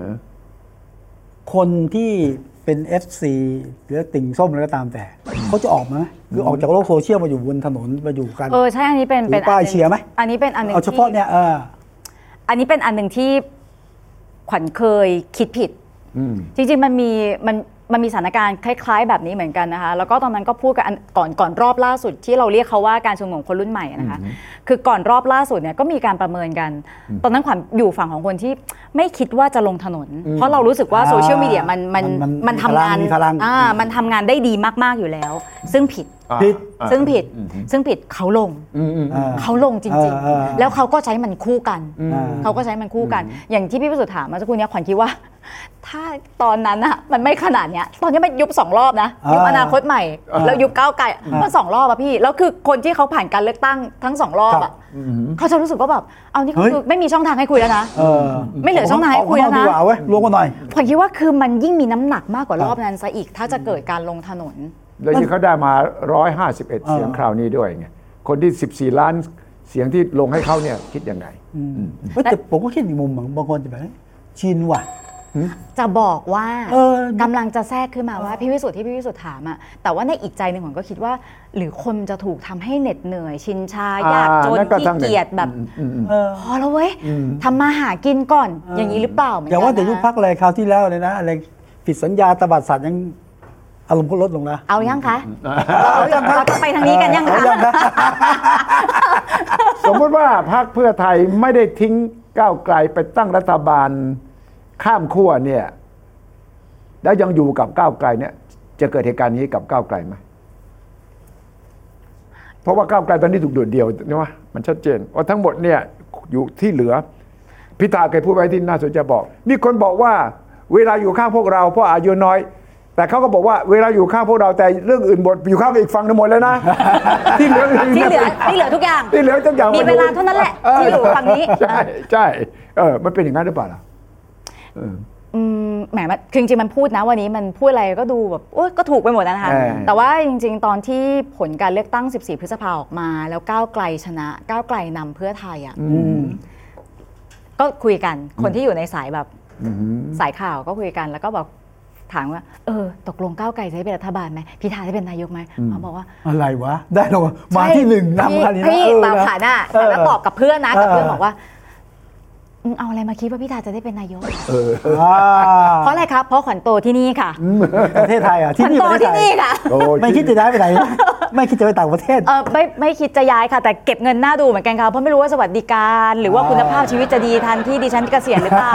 คนที่เป็น เอฟ ซี หรือติ่งส้มอะไรก็ตามแต่เขาจะออกไหมคือออกจากโลกโซเชียลมาอยู่บนถนนมาอยู่กันเออใช่อันนี้เป็นเป็นป้ายเชียร์ไหมอันนี้เป็นอันนึงเอาเฉพาะเนี่ยเอออันนี้เป็นอันหนึ่งที่ขวัญเคยคิดผิดจริงๆมันมีมันมันมีสถานการณ์คล้ายๆแบบนี้เหมือนกันนะคะแล้วก็ตอนนั้นก็พูดกันก่อนก่อนรอบล่าสุดที่เราเรียกเขาว่าการชุมนุมคนรุ่นใหม่นะคะคือก่อนรอบล่าสุดเนี่ยก็มีการประเมินกันตอนนั้นขวัญอยู่ฝั่งของคนที่ไม่คิดว่าจะลงถนนเพราะเรารู้สึกว่าโซเชียลมีเดียมันมันมันทำงานอ่ามันทำงานได้ดีมากๆอยู่แล้วซึ่งผิดผิดซึ่งผิดซึ่งผิดเขาลงเขาลงจริงๆแล้วเขาก็ใช้มันคู่กันเขาก็ใช้มันคู่กันอย่างที่พี่ประสุทธิ์ถามเมื่อสักครู่นี้ขวัญคิดว่าถ้าตอนนั้นอะมันไม่ขนาดเนี้ยตอนนี้มันยุบสองรอบนะยุบอนาคตใหม่แล้วยุบก้าวไกลมันสองรอบอะพี่แล้วคือคนที่เขาผ่านการเลือกตั้งทั้งสองรอบอะเขาจะรู้สึกว่าแบบเอานี่คือไม่มีช่องทางให้คุยแล้วนะไม่เหลือช่องทางให้คุยแล้วนะรวมกันหน่อยขวัญคิดว่าคือมันยิ่งมีน้ำหนักมากกว่ารอบนั้นซะอีกถ้าจะเกิดการลงถนนแล้วที่เขาได้มาหนึ่งร้อยห้าสิบเอ็ดเสียงคราวนี้ด้วยไงคนที่สิบสี่ล้านเสียงที่ลงให้เขาเนี่ยคิดยังไงแต่ผมก็คิดอีกมุมบางคนจะแบบชินว่ะจะบอกว่ากำลังจะแทรกขึ้นมาว่าพี่วิสุทธิ์ที่พี่วิสุทธิ์ถามอะแต่ว่าในอีกใจหนึ่งผมก็คิดว่าหรือคนจะถูกทำให้เหน็ดเหนื่อยชินชายากจนขี้เกียจแบบพอแล้วเว้ยทำมาหากินก่อนอย่างนี้หรือเปล่าอย่าว่าแต่ยุบพรรคอะไรคราวที่แล้วเลยนะอะไรผิดสัญญาตบัดสัตว์ยังอารมณ์ก็ลดลงนะเอายังคะเราจะไปทางนี้กันยังคะสมมติว่าพรรคเพื่อไทยไม่ได้ทิ้งก้าวไกลไปตั้งรัฐบาลข้ามขั้วเนี่ยแล้วยังอยู่กับก้าวไกลเนี่ยจะเกิดเหตุการณ์นี้กับก้าวไกลไหมเพราะว่าก้าวไกลตอนนี้ถูกโดดเดี่ยวนะว่ามันชัดเจนว่าทั้งหมดเนี่ยอยู่ที่เหลือพิธาเคยพูดไว้ที่น่าสนใจบอกมีคนบอกว่าเวลาอยู่ข้างพวกเราเพราะอายุน้อยแต่เขาก็บอกว่าเวลาอยู่ข้างพวกเราแต่เรื่องอื่นหมดอยู่ข้างอีกฝั่งนึงหมดเลยนะที่เหลือที่เหลือที่เหลือทุกอย่างที่เหลือทุกอย่างมีเวลาเท่านั้นแหละที่อยู่ฝั่งนี้ใช่ใช่เออมันเป็นอย่างนั้นหรือเปล่าล่ะอืมแหมมันจริงๆมันพูดนะวันนี้มันพูดอะไรก็ดูแบบโอ๊ยก็ถูกไปหมดนะคะแต่ว่าจริงๆตอนที่ผลการเลือกตั้งสิบสี่พฤษภาคมออกมาแล้วก้าวไกลชนะก้าวไกลนำเพื่อไทยอ่ะก็คุยกันคนที่อยู่ในสายแบบสายข่าวก็คุยกันแล้วก็บอกถามว่าเออตกลงก้าวไกลจะได้เป็นรัฐบาลไหมพิธาจะเป็นนายกไหมเขาบอกว่าอะไรวะได้หรอมาที่หนึ่งนำกันนี่พี่ตามขาหน้าแล้วตอบกับเพื่อนนะกับเพื่อนบอกว่าเอาอะไรมาคิดว่าพิธาจะได้เป็นนายกเพราะอะไรครับเพราะขวัญโตที่นี่ค่ะประเทศไทยอ่ะที่นี่ที่นี่ค่ะไม่คิดจะย้ายไปไหนไม่คิดจะไปต่างประเทศเออไม่ไม่คิดจะย้ายค่ะแต่เก็บเงินหน้าดูเหมือนกันค่ะเพราะไม่รู้ว่าสวัสดิการหรือว่าคุณภาพชีวิตจะดีทันที่ดิฉันเกษียณหรือเปล่า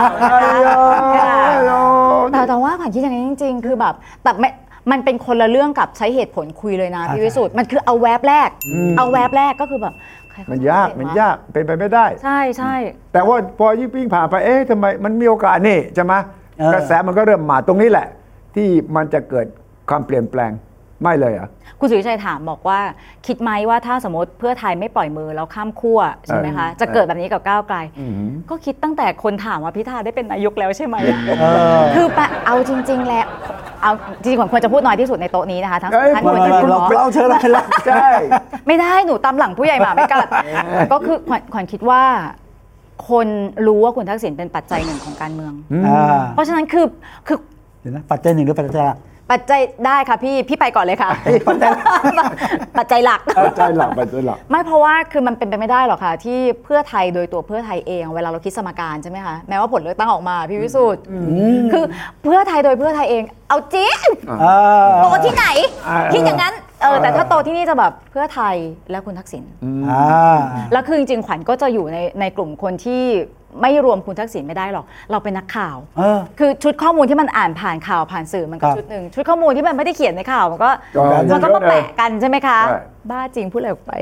แต่แต่ว่าขวัญคิดอย่างนี้จริงๆคือแบบแต่ไม่มันเป็นคนละเรื่องกับใช้เหตุผลคุยเลยนะพี่วิสุทธิ์มันคือเอาแวบแรกเอาแวบแรกก็คือแบบมันยากมันยากเป็นไปไม่ได้ใช่ใช่แต่ว่าพอยิ่งวิ่งผ่านไปเอ๊ะทำไมมันมีโอกาสนี่ใช่ไหมกระแสมันก็เริ่มมาตรงนี้แหละที่มันจะเกิดความเปลี่ยนแปลงไม่เลยเหรอคุณสุริชัยถามบอกว่าคิดไหมว่าถ้าสมมติเพื่อไทยไม่ปล่อยมือแล้วข้ามขั้วใช่ไหมคะจะเกิดแบบนี้กับก้าวไกลก็คิดตั้งแต่คนถามว่าพิธาได้เป็นนายกแล้วใช่ไหมคือเอาจริงๆแล้วเอาจริงๆผมควรจะพูดน้อยที่สุดในโต๊ะนี้นะคะทั้งท่านควรจะพูดเราเชิญอะไรใช่ไม่ได้หนูตามหลังผู้ใหญ่หมาไม่กัดก็คือขวัญคิดว่าคนรู้ว่าคุณทักษิณเป็นปัจจัยหนึ่งของการเมืองเพราะฉะนั้นคือคือเดี๋ยวนะปัจจัยหนึ่งหรือปัจจัยหลักปัจจัยได้ค่ะพี่พี่ไปก่อนเลยค่ะปัจจัยปัจจัยหลักปัจจัยหลักปัจจัยหลักไม่เพราะว่าคือมันเป็นไปไม่ได้หรอกค่ะที่เพื่อไทยโดยตัวเพื่อไทยเองเวลาเราคิดสมการใช่ไหมคะแม้ว่าผลเลือกตั้งออกมาพี่วิสุทธิ์คือเพื่อไทยโดยเพื่อไทยเองเอาจริงโตที่ไหนคิดอย่างนั้นเออแต่ถ้าโตที่นี่จะแบบเพื่อไทยและคุณทักษิณแล้วคือจริงๆขวัญก็จะอยู่ในในกลุ่มคนที่ไม่รวมคุณทักษิณไม่ได้หรอกเราเป็นนักข่าวคือชุดข้อมูลที่มันอ่านผ่านข่าวผ่านสื่อมันก็ชุดหนึ่งชุดข้อมูลที่มันไม่ได้เขียนในข่าวมันก็มันก็มาแปะกันใช่ไหมคะบ้าจริงพูดอะไรออกไป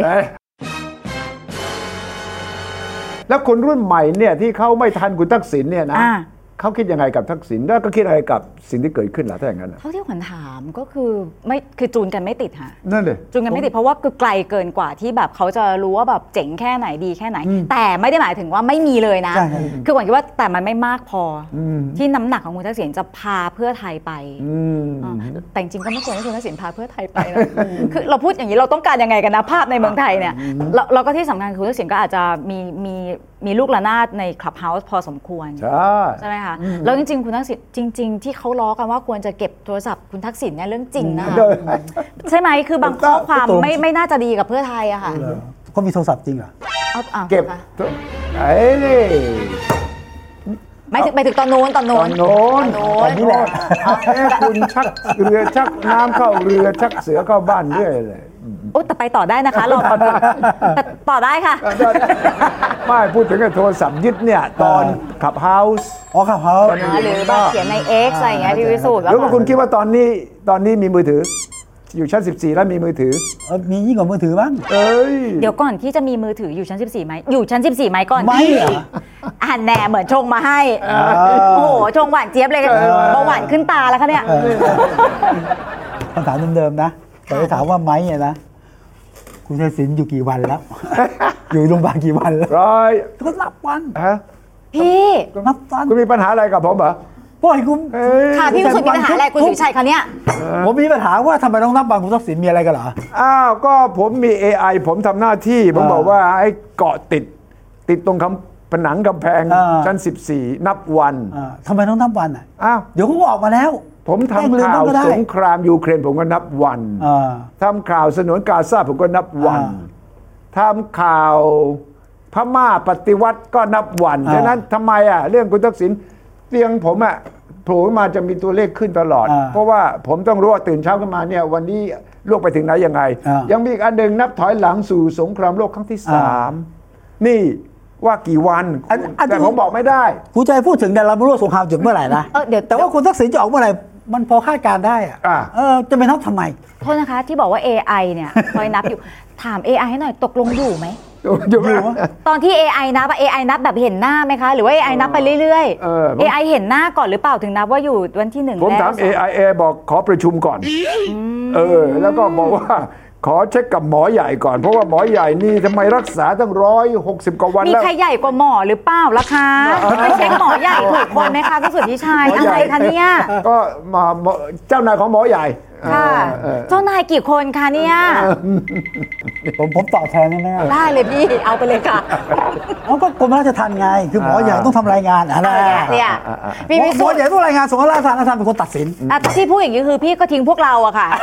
แล้วคนรุ่นใหม่เนี่ยที่เขาไม่ทันคุณทักษิณเนี่ยนะเขาคิดยังไงกับทักษิณแล้วก็คิดอะไรกับสิ่งที่เกิดขึ้นล่ะถ้าอย่างนั้นเขาที่ขวัญถามก็คือไม่คือจูนกันไม่ติดค่ะนั่นเลยจูนกันไม่ติดเพราะว่าคือไกลเกินกว่าที่แบบเขาจะรู้ว่าแบบเจ๋งแค่ไหนดีแค่ไหนแต่ไม่ได้หมายถึงว่าไม่มีเลยนะคือขวัญคิดว่าแต่มันไม่มากพอที่น้ำหนักของคุณทักษิณจะพาเพื่อไทยไปแต่จริงก็ไม่ควรให้คุณทักษิณพาเพื่อไทยไปนะคือเราพูดอย่างนี้เราต้องการยังไงกันนะภาพในเมืองไทยเนี่ยเราก็ที่สำคัญคือคุณทักษิณก็อาจจะมีมีมีลูกระนาดในคลับเฮาส์พอสมควรใช่ไหมคะแล้วจริงๆคุณทักษิณจริงๆที่เขาล้อกันว่าควรจะเก็บโทรศัพท์คุณทักษิณเนี่ยเรื่องจริงนะคะใช่ไหมคือบางข้อความไม่ไม่น่าจะดีกับเพื่อไทยอะค่ะเขามีโทรศัพท์จริงเหรอเก็บไอ้นี่ไม่ถึงไปถึงตอนโน้นตอนโน้นตอนโน้นตอนนี้แหละคุณชักเรือชักน้ำเข้าเรือชักเสือเข้าบ้านเรื่อยเลยโอ้แต่ไปต่อได้นะคะเราแต่ต่อได้ค่ะไม่พูดถึงโทรศัพท์ยึดเนี่ยตอนขับเฮาส์อ๋อขับเฮาส์หรือแบบเขียนใน X อะไรอย่างเงี้ยพี่วิสุทธิ์แล้วคุณคิดว่าตอนนี้ตอนนี้มีมือถืออยู่ชั้นสิบสี่แล้วมีมือถือมียิ่งกว่ามือถือบ้างเอ้ยเดี๋ยวก่อนที่จะมีมือถืออยู่ชั้นสิบสี่ไหมอยู่ชั้นสิบสี่ไหมก่อนไม่เหรออ่านแหน่เหมือนชงมาให้โอ้โหชงหวานเจี๊ยบเลยเบาหวานขึ้นตาแล้วคะเนี่ยคำถามเดิมๆนะแต่จะถามว่าไม้เนี่ยนะคุณทักษิณอยู่กี่วันแล้วอยู่โรงพยาบาลกี่วันแล้วร้อยก็นับวันฮะพี่นับวันคุณมีปัญหาอะไรกับผมเหรอป่วยคุณค่ะพี่วิสุทธิ์มีปัญหาอะไรคุณสุริชัยคะเนี่ยผมมีปัญหาว่าทำไมต้องนับวันคุณทักษิณมีอะไรกันเหรออ้าวก็ผมมี เอ ไอ ผมทำหน้าที่ผมบอกว่าให้เกาะติดติดตรงคำผนังกำแพงชั้นสิบสี่นับวันทำไมต้องนับวันอ่ะอ้าวเดี๋ยวเขาก็ออกมาแล้วผมทำข่าวสงครามยูเครนผมก็นับวันทำข่าวสนวนกาซาผมก็นับวันทำข่าวพม่าปฏิวัติก็นับวันฉะนั้นทำไมอ่ะเรื่องคุณทักษิณเตียงผมอ่ะโผล่มาจะมีตัวเลขขึ้นตลอดเพราะว่าผมต้องรู้ว่าตื่นเช้าขึ้นมาเนี่ยวันนี้โลกไปถึงไหนยังไงยังมีอีกอันหนึ่งนับถอยหลังสู่สงครามโลกครั้งที่สามนี่ว่ากี่วันแต่ผมบอกไม่ได้ผู้ใจพูดถึงเนี่ยเราไม่รู้สงครามจบเมื่อไหร่นะแต่ว่าคุณทักษิณจะออกเมื่อไหร่มันพอคาดการได้อะเออจะไปนับทำไมโทษนะคะที่บอกว่า เอ ไอ เนี่ยคอยนับอยู่ถาม เอ ไอ ให้หน่อยตกลงอยู่ไหมอยู่ตอนที่ เอ ไอ นับ เอ ไอ นับแบบเห็นหน้าไหมคะหรือว่า เอ ไอ นับไปเรื่อยๆ เอ ไอ เห็นหน้าก่อนหรือเปล่าถึงนับว่าอยู่วันที่หนึ่งผมถาม เอ ไอ เอ บอกขอประชุมก่อนเออแล้วก็บอกว่าขอเช็คกับหมอใหญ่ก่อนเพราะว่าหมอใหญ่นี่ทำไมรักษาตั้งร้อยหกสิบกว่าวันแล้วมีใครใหญ่กว่าหมอหรือเปล่าล่ะคะไม่เช็คหมอใหญ่ถูกคนไหมคะพี่สุทธิชัยอะไรคะเนี่ยก็มาเจ้านายของหมอใหญ่ค่ะเจ้านายกี่คนคะเนี่ยผมผมตอบแทนได้ไหมได้เลยพี่เอาไปเลยค่ะเอาก็กรมราชทัณฑ์ไงคือหมอใหญ่ต้องทำรายงานอะไรเนี่ยพี่หมอใหญ่ต้องรายงานส่งราชทัณฑ์ราชทัณฑ์เป็นคนตัดสินที่พูดอย่างนี้คือพี่ก็ทิ้งพวกเราอะค่ะ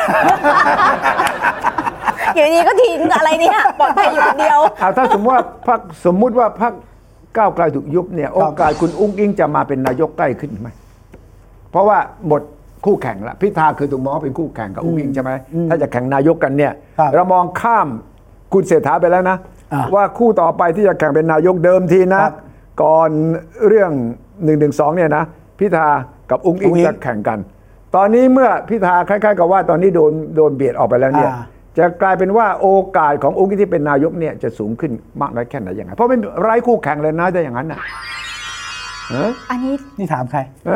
อย่างนี้ก็ทิ้งอะไรเนี่ยปลอดภัยอยู่คนเดียวถ้าสมมติว่าพรรคสมมุติว่าพรรคก้าวไกลถูกยุบเนี่ยโอกาสคุณอุ้งอิงจะมาเป็นนายกใกล้ขึ้นไหมเพราะว่าหมดคู่แข่งละพิธาคือถูกมองเป็นคู่แข่งกับอุ้งอิงใช่ไหมถ้าจะแข่งนายกกันเนี่ยเรามองข้ามคุณเศรษฐาไปแล้วนะว่าคู่ต่อไปที่จะแข่งเป็นนายกเดิมทีนะก่อนเรื่องหนึ่งหนึ่งสองเนี่ยนะพิธากับอุ้งอิงจะแข่งกันตอนนี้เมื่อพิธาคล้ายๆกับว่าตอนนี้โดนโดนเบียดออกไปแล้วเนี่ยจะกลายเป็นว่าโอกาสขององค์ที่เป็นนายกเนี่ยจะสูงขึ้นมากน้อยแค่ไหนยังไงเพราะเป็นไร้คู่แข่งเลยนะแต่อย่างนั้นน่ะอันนี้นี่ถามใคร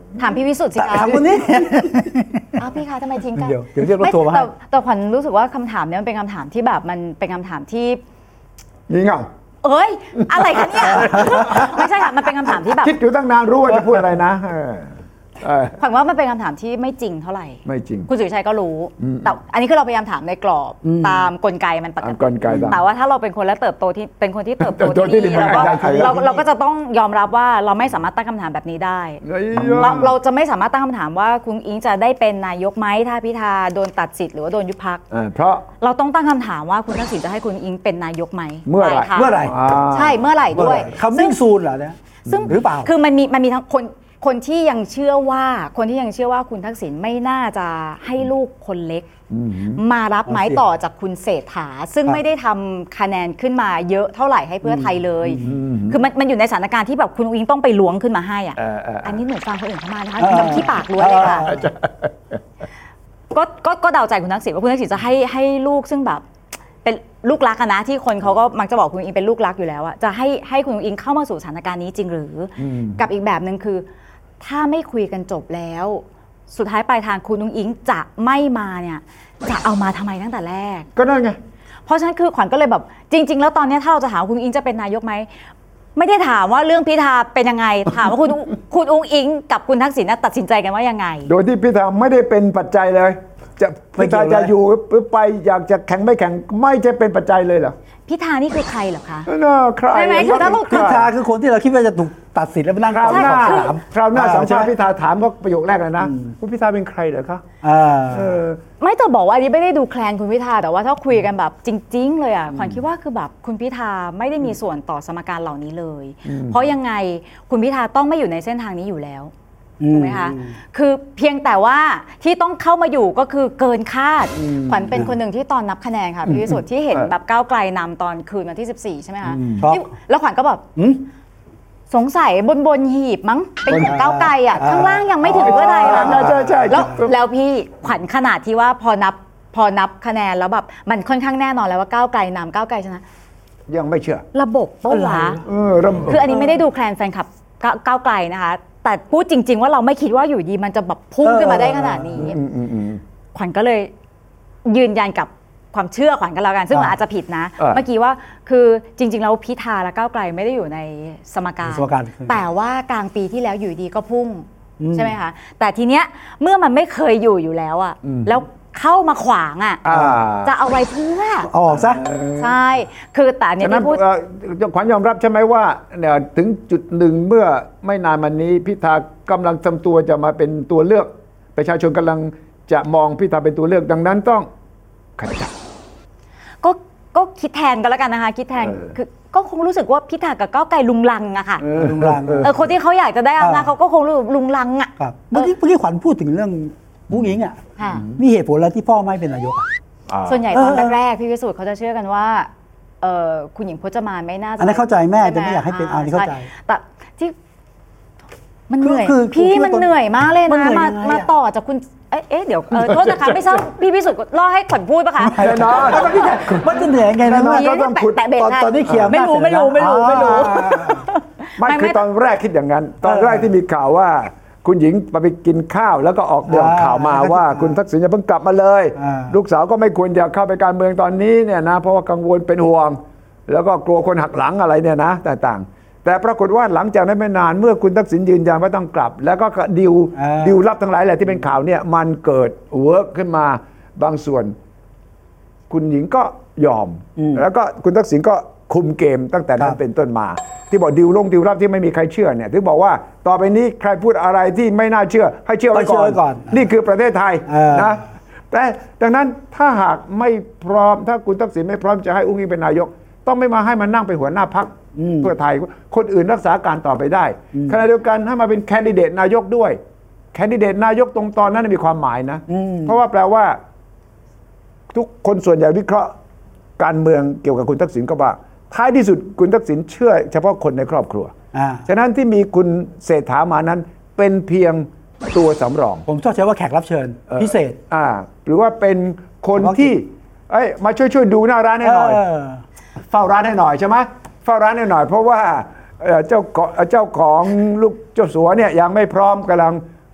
ถามพี่วิสุทธิ์สิคะถามคนนี้อ้าวพี่คะทำไมทิ้งกันเดี๋ยวเดี๋ยวเรียกรถทัวร์มาให้แต่แต่ขวัญรู้สึกว่าคำถามเนี้ยมันเป็นคำถามที่แบบมันเป็นคำถามที่งี่เง่าเอ้ยอะไรคะเนี่ย ไม่ใช่ค่ะมันเป็นคำถามที่แบบคิดอยู่ตั้งนานรู้ว่าจะพูดอะไรนะเออเออขวัญว่ามันเป็นคำถามที่ไม่จริงเท่าไหร่ไม่จริงคุณสุริชัยก็รู้แต่อันนี้คือเราพยายามถามในกรอบตามกลไกมันปกตามติกลไกตามแต่ว่าถ้าเราเป็นคนและเติบโตที่เป็นคนที่เติบโตเติบโตที่ที่ดีนี่เราก็ได้ได้เราเราก็จะต้องยอมรับว่าเราไม่สามารถตั้งคำถามแบบนี้ได้เอ้ยเราเราจะไม่สามารถตั้งคำถามว่าคุณอิงจะได้เป็นนายกไหมถ้าพิธาโดนตัดสิทธิ์หรือว่าโดนยุบพรรคอ่าเพราะเราต้องตั้งคำถามว่าคุณทักษิณจะให้คุณอิงเป็นนายกไหมเมื่อไหร่ปลายทางเมื่อไหร่อ่าใช่เมื่อไหร่ด้วยคำนิ่งซูนเหรอเนี่ยซึ่งหรือเปล่าคือมันมีมันมีทั้งคนคนที่ยังเชื่อว่าคนที่ยังเชื่อว่าคุณทักษิณไม่น่าจะให้ลูกคนเล็ก มารับไม้ต่อจากคุณเศรษฐาซึ่งครับไม่ได้ทำคะแนนขึ้นมาเยอะเท่าไหร่ให้เพื่อไทยเลย คือมันมันอยู่ในสถานการณ์ที่แบบคุณอุ้งต้องไปล้วงขึ้นมาให้อ่ะเออเออเอออัอันนี้หนูฟังคนอื่นเข้ามานะคะเออทำขี้ปากล้วนเลยค่ะก็ก็ก็เดาใจคุณทักษิณว่าคุณทักษิณจะให้ให้ลูกซึ่งแบบเป็นลูกรักอะนะที่คนเขาก็มักจะบอกคุณอิงเป็นลูกรักอยู่แล้วอะจะให้ให้คุณอิงเข้ามาสู่สถานการณ์นี้จริงหรืออกับอีกแบบหนึ่งคือถ้าไม่คุยกันจบแล้วสุดท้ายปลายทางคุณอุ้งอิงจะไม่มาเนี่ยจะเอามาทำไมตั้งแต่แรกก็นั่นไงเพราะฉะนั้นคือขวัญก็เลยแบบจริง ๆ แล้วตอนนี้ถ้าเราจะถามคุณอุ้งอิงจะเป็นนายกไหมไม่ได้ถามว่าเรื่องพิธาเป็นยังไงถามว่าคุณ คุณอุ้งอิงกับคุณทักษิณตัดสินใจกันว่ายังไงโดยที่พิธาไม่ได้เป็นปัจจัยเลย จะไม่พิเกี่ธายวเลยจะอยู่หรือไปอยากจะแข่งไม่แข่งไม่จะเป็นปัจจัยเลยเหรอพิธานี่คือใครเหรอคะน่าใครใช่ไหมคือถ้าเราพิธาคือคนที่เราคิดว่าจะถูกตัดสินแล้วไปนั่งคราวหน้าตอบถามคราวหน้าอ่สัมภาษณ์ใช่พิธาถามเขาประโยคแรกเลยนะคุณพิธาเป็นใครเหรอคะอ่าเออไม่จะบอกว่าอันนี้ไม่ได้ดูแคลนคุณพิธาแต่ว่าถ้าคุยกันแบบจริง ๆ เลยอ่ะขวัญคิดว่าคือแบบคุณพิธาไม่ได้มีส่วนต่อสมการเหล่านี้เลย เพราะยังไงคุณพิธาต้องไม่อยู่ในเส้นทางนี้อยู่แล้วถูกไหมคะคือเพียงแต่ว่าที่ต้องเข้ามาอยู่ก็คือเกินคาดขวัญเป็นคนหนึ่งที่ตอนนับคะแนนค่ะพี่วิสุทธิ์ที่เห็นแบบก้าวไกลนำตอนคืนวันที่สิบสี่ใช่ไหมคะครับที่แล้วขวัญก็แบบสงสัยบนบนหีบมั้งเป็นของก้าวไกลอ่ะข้างล่างยังไม่ถึงเพื่อไทยหรอกใช่ใช่ใช่แล้วแล้วพี่ขวัญขนาดที่ว่าพอนับพอนับคะแนนแล้วแบบมันค่อนข้างแน่นอนแล้วว่าก้าวไกลนำก้าวไกลชนะยังไม่เชื่อระบบปะวะเออระบบคืออันนี้ไม่ได้ดูแคลนแฟนคลับก้าวก้าวไกลนะคะ แต่พูดจริง ๆ ว่าเราไม่คิดว่าอยู่ดีมันจะแบบพุ่งขึ้นมาได้ขนาดนี้อืมอืมอืมขวัญก็เลยยืนยันกับความเชื่อขวัญกันแล้วกัน ซึ่งมันอาจจะผิดนะอ่าเมื่อกี้ว่าคือจริง ๆ แล้วพิธาและก้าวไกลไม่ได้อยู่ในสมการสมการแต่ว่ากลางปีที่แล้วอยู่ดีก็พุ่งใช่ไหมคะแต่ทีเนี้ยเมื่อมันไม่เคยอยู่อยู่แล้วอะแล้วเข้ามาขวางอะอ่าจะเอาไว้เพื่อเอาออกซะใช่คือแต่อันเนี้ฉะยนั้นที่พูดเอ่อขวัญยอมรับใช่ไหมว่าเนี่ยถึงจุดหนึ่งเมื่อไม่นานมานี้พิธากำลังทำตัวจะมาเป็นตัวเลือก ประชาชนกำลังจะมองพิธาเป็นตัวเลือกดังนั้นต้องขจัดก็ก็คิดแทนกันแล้วกันนะคะ คิดแทนเออคือก็คงรู้สึกว่าพิธากับก้าวไกลลุงลังอะค่ะลุงรังเออคนที่เขาอยากจะได้อำนาจอ่าเขาก็คงรู้สึกลุงลังอะครับเมื่อกี้เมื่อกี้ขวัญพูดถึงเรื่องผู้หญิงอ่ะค่ะมีเหตุผลแล้วที่พ่อไม่เป็นนายกอะอ่าส่วนใหญ่เอตออนแรกๆพี่วิสุทธ์เขาจะเชื่อกันว่าเออคุณหญิงพจมานไม่น่าจะอันนั้นเข้าใจแม่ช่แต่ไม่อยากให้เป็นอันนี้เข้าใจช่แต่ที่มันเหนื่อยคือคือพี่คือมันตอนเหนื่อยมากเลยมันนะเหนื่อยมายังไงอะมาต่อจากคุณเอ๊ะเอ๊ะเดี๋ยวเออโทษนะคะไม่ทราบพี่วิสุทธ์ล่อให้ขวัญพูดปะคะแน่นอนมันจะเหนื่อยไงนะแน่นอนแม่ก็ต้องขุดแตะเบรกตอนให้ตอนนี้เคลียร์ไม่รู้อำนาจเสร็จแล้วไม่รู้ไม่รู้ไม่ไม่คือไม่ตอนแรกคิดอย่างนั้น ตอนแรกที่มีข่าวว่า คุณหญิงไปกินข้าวแล้วก็ออกเดือดข่าวมาว่าคุณทักษิณจะเพิ่งกลับมาเลยอ่าลูกสาวก็ไม่ควรจะเข้าไปการเมืองตอนนี้เนี่ยนะเพราะว่ากังวลเป็นห่วง แล้วก็กลัวคนหักหลังอะไรเนี่ยนะต่างๆ แต่ปรากฏว่าหลังจากนั้นไม่นานเมื่อคุณทักษิณยืนยันว่าต้องกลับ แล้วก็ดิวอ่าดิวลับทั้งหลายแหละที่เป็นข่าวเนี่ยมันเกิดเวิร์กขึ้นมาบางส่วน คุณหญิงก็ยอม แล้วก็คุณทักษิณก็คุมเกมตั้งแต่นั้นเป็นต้นมา ที่บอกดิวลงดิวรับที่ไม่มีใครเชื่อเนี่ยถึงบอกว่าต่อไปนี้ใครพูดอะไรที่ไม่น่าเชื่อ ให้เชื่อไว้ให้เชื่อไว้ก่ก่ออน น นี่คือประเทศไทยเออนะแต่ดังนั้นถ้าหากไม่พร้อมถ้าคุณทักษิณไม่พร้อมจะให้อุ้งอิงเป็นนายก ต้องไม่มาให้มันนั่งเป็นหัวหน้าพรรคเพื่อไทยคนอื่นรักษาการต่อไปได้ขณะเดียวกันให้มาเป็นแคนดิเดตนายกด้วยแคนดิเดตนายกตรงตอนนั้นมีความหมายนะเพราะว่าแปลว่า ทุกคนส่วนใหญ่วิเคราะห์การเมืองเกี่ยวกับคุณทักษิณก็ว่าท้ายที่สุดคุณทักษิณเชื่อเฉพาะคนในครอบครัวอ่าฉะนั้นที่มีคุณเศรษฐามานั้นเป็นเพียงตัวสำรองผมชอบใช้ว่าแขกรับเชิญ พิเศษอ่าหรือว่าเป็นคนที่เอ้ยมาช่วยช่วยดูหน้าร้านให้หน่อยเออเฝ้าร้านให้หน่อยใช่ไหมเฝ้าร้านให้หน่อย เพราะว่าเอ่อเจ้าของเจ้าของลูกเจ้าสัวเนี่ยยังไม่พร้อมกำลัง